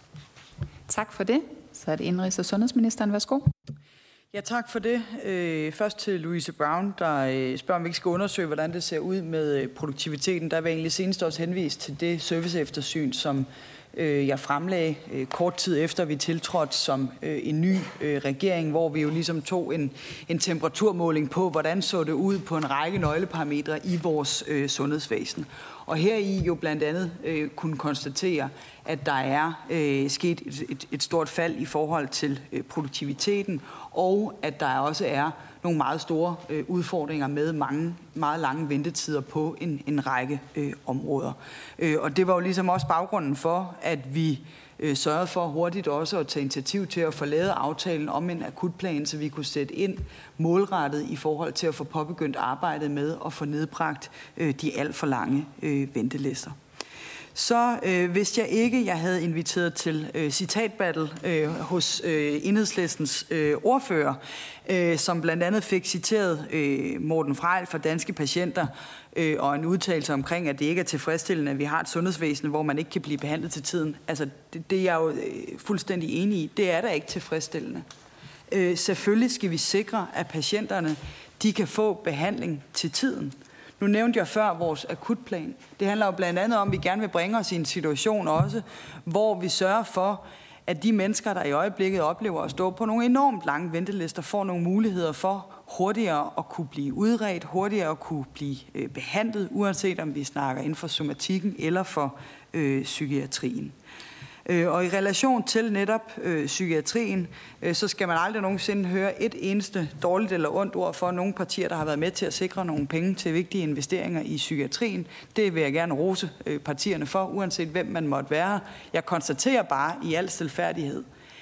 Tak for det. Så er det indrigs- og sundhedsministeren. Værsgo. Ja, tak for det. Først til Louise Brown, der spørger, om vi ikke skal undersøge, hvordan det ser ud med produktiviteten. Der vil jeg egentlig senest også henvise til det serviceeftersyn, som jeg fremlagde kort tid efter, vi tiltrådte som en ny regering, hvor vi jo ligesom tog en, en temperaturmåling på, hvordan så det ud på en række nøgleparametre i vores øh, sundhedsvæsen. Og heri jo blandt andet øh, kunne konstatere, at der er øh, sket et, et, et stort fald i forhold til øh, produktiviteten, og at der også er nogle meget store øh, udfordringer med mange meget lange ventetider på en, en række øh, områder. Øh, og det var jo ligesom også baggrunden for, at vi øh, sørgede for hurtigt også at tage initiativ til at få lavet aftalen om en akutplan, så vi kunne sætte ind målrettet i forhold til at få påbegyndt arbejdet med at få nedbragt øh, de alt for lange øh, ventelister. Så øh, vidste jeg ikke, jeg havde inviteret til øh, citatbattle øh, hos øh, Enhedslistens øh, ordfører, øh, som blandt andet fik citeret øh, Morten Frejl fra Danske Patienter øh, og en udtalelse omkring, at det ikke er tilfredsstillende, at vi har et sundhedsvæsen, hvor man ikke kan blive behandlet til tiden. Altså, det, det er jeg jo øh, fuldstændig enig i. Det er da ikke tilfredsstillende. Øh, selvfølgelig skal vi sikre, at patienterne de kan få behandling til tiden. Nu nævnte jeg før vores akutplan. Det handler jo blandt andet om, at vi gerne vil bringe os i en situation også, hvor vi sørger for, at de mennesker, der i øjeblikket oplever at stå på nogle enormt lange ventelister, får nogle muligheder for hurtigere at kunne blive udredt, hurtigere at kunne blive øh, behandlet, uanset om vi snakker inden for somatikken eller for øh, psykiatrien. Og i relation til netop øh, psykiatrien, øh, så skal man aldrig nogensinde høre et eneste dårligt eller ondt ord for nogle partier, der har været med til at sikre nogle penge til vigtige investeringer i psykiatrien. Det vil jeg gerne rose øh, partierne for, uanset hvem man måtte være. Jeg konstaterer bare i al stilfærdighed,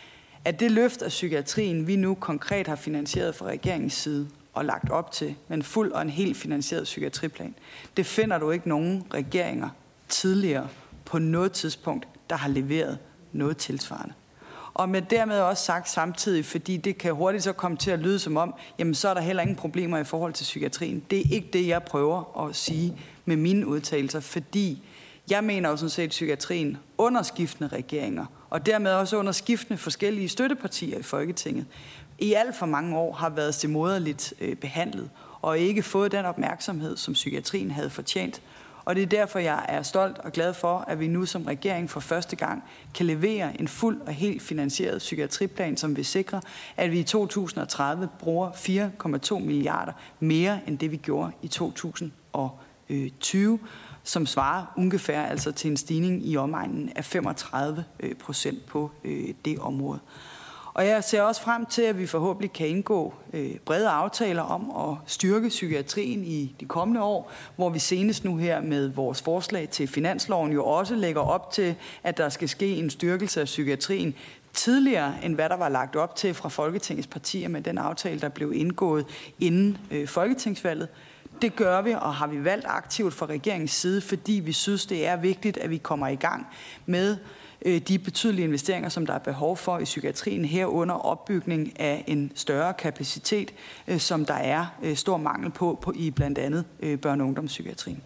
at det løft af psykiatrien, vi nu konkret har finansieret fra regeringens side og lagt op til, med en fuld og en helt finansieret psykiatriplan, det finder du ikke nogen regeringer tidligere på noget tidspunkt, der har leveret noget tilsvarende. Og med dermed også sagt samtidig, fordi det kan hurtigt så komme til at lyde som om, jamen så er der heller ingen problemer i forhold til psykiatrien. Det er ikke det, jeg prøver at sige med mine udtalelser, fordi jeg mener jo sådan set psykiatrien under skiftende regeringer, og dermed også under skiftende forskellige støttepartier i Folketinget, i alt for mange år har været stemoderligt øh, behandlet, og ikke fået den opmærksomhed, som psykiatrien havde fortjent. Og det er derfor, jeg er stolt og glad for, at vi nu som regering for første gang kan levere en fuld og helt finansieret psykiatriplan, som vil sikre, at vi i to tusind og tredive bruger fire komma to milliarder mere end det, vi gjorde i to tusind og tyve, som svarer ungefær altså til en stigning i omegnen af femogtredive procent på det område. Og jeg ser også frem til, at vi forhåbentlig kan indgå øh, brede aftaler om at styrke psykiatrien i de kommende år, hvor vi senest nu her med vores forslag til finansloven jo også lægger op til, at der skal ske en styrkelse af psykiatrien tidligere, end hvad der var lagt op til fra Folketingets partier med den aftale, der blev indgået inden øh, folketingsvalget. Det gør vi, og har vi valgt aktivt fra regeringens side, fordi vi synes, det er vigtigt, at vi kommer i gang med de betydelige investeringer, som der er behov for i psykiatrien, herunder opbygning af en større kapacitet, som der er stor mangel på, på i blandt andet børne- og ungdomspsykiatrien.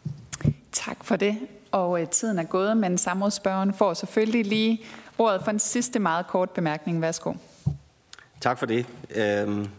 Tak for det. Og tiden er gået, men samrådsspørgeren får selvfølgelig lige ordet for en sidste meget kort bemærkning. Værsgo. Tak for det.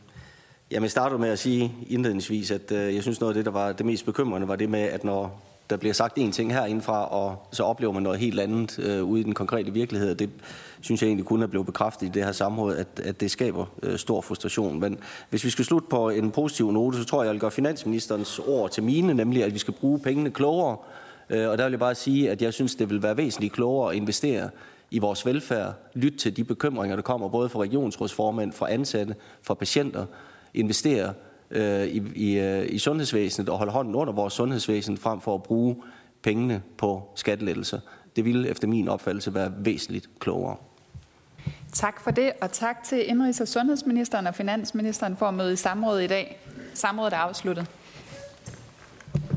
Jeg vil starte med at sige indledningsvis, at jeg synes noget af det, der var det mest bekymrende, var det med, at når der bliver sagt én ting herindefra, og så oplever man noget helt andet øh, ude i den konkrete virkelighed. Det synes jeg egentlig kun er blevet bekræftet i det her samråd, at, at det skaber øh, stor frustration. Men hvis vi skal slutte på en positiv note, så tror jeg, jeg vil gøre finansministerens ord til mine, nemlig at vi skal bruge pengene klogere. Øh, og der vil jeg bare sige, at jeg synes, det vil være væsentligt klogere at investere i vores velfærd, lytte til de bekymringer, der kommer både fra regionsrådsformænd, fra ansatte, fra patienter, investere øh, i, i, øh, i sundhedsvæsenet og holde hånden under vores sundhedsvæsen frem for at bruge pengene på skattelettelser. Det ville efter min opfattelse være væsentligt klogere. Tak for det, og tak til Indenrigs- og Sundhedsministeren og Finansministeren for at møde i samrådet i dag. Samrådet er afsluttet.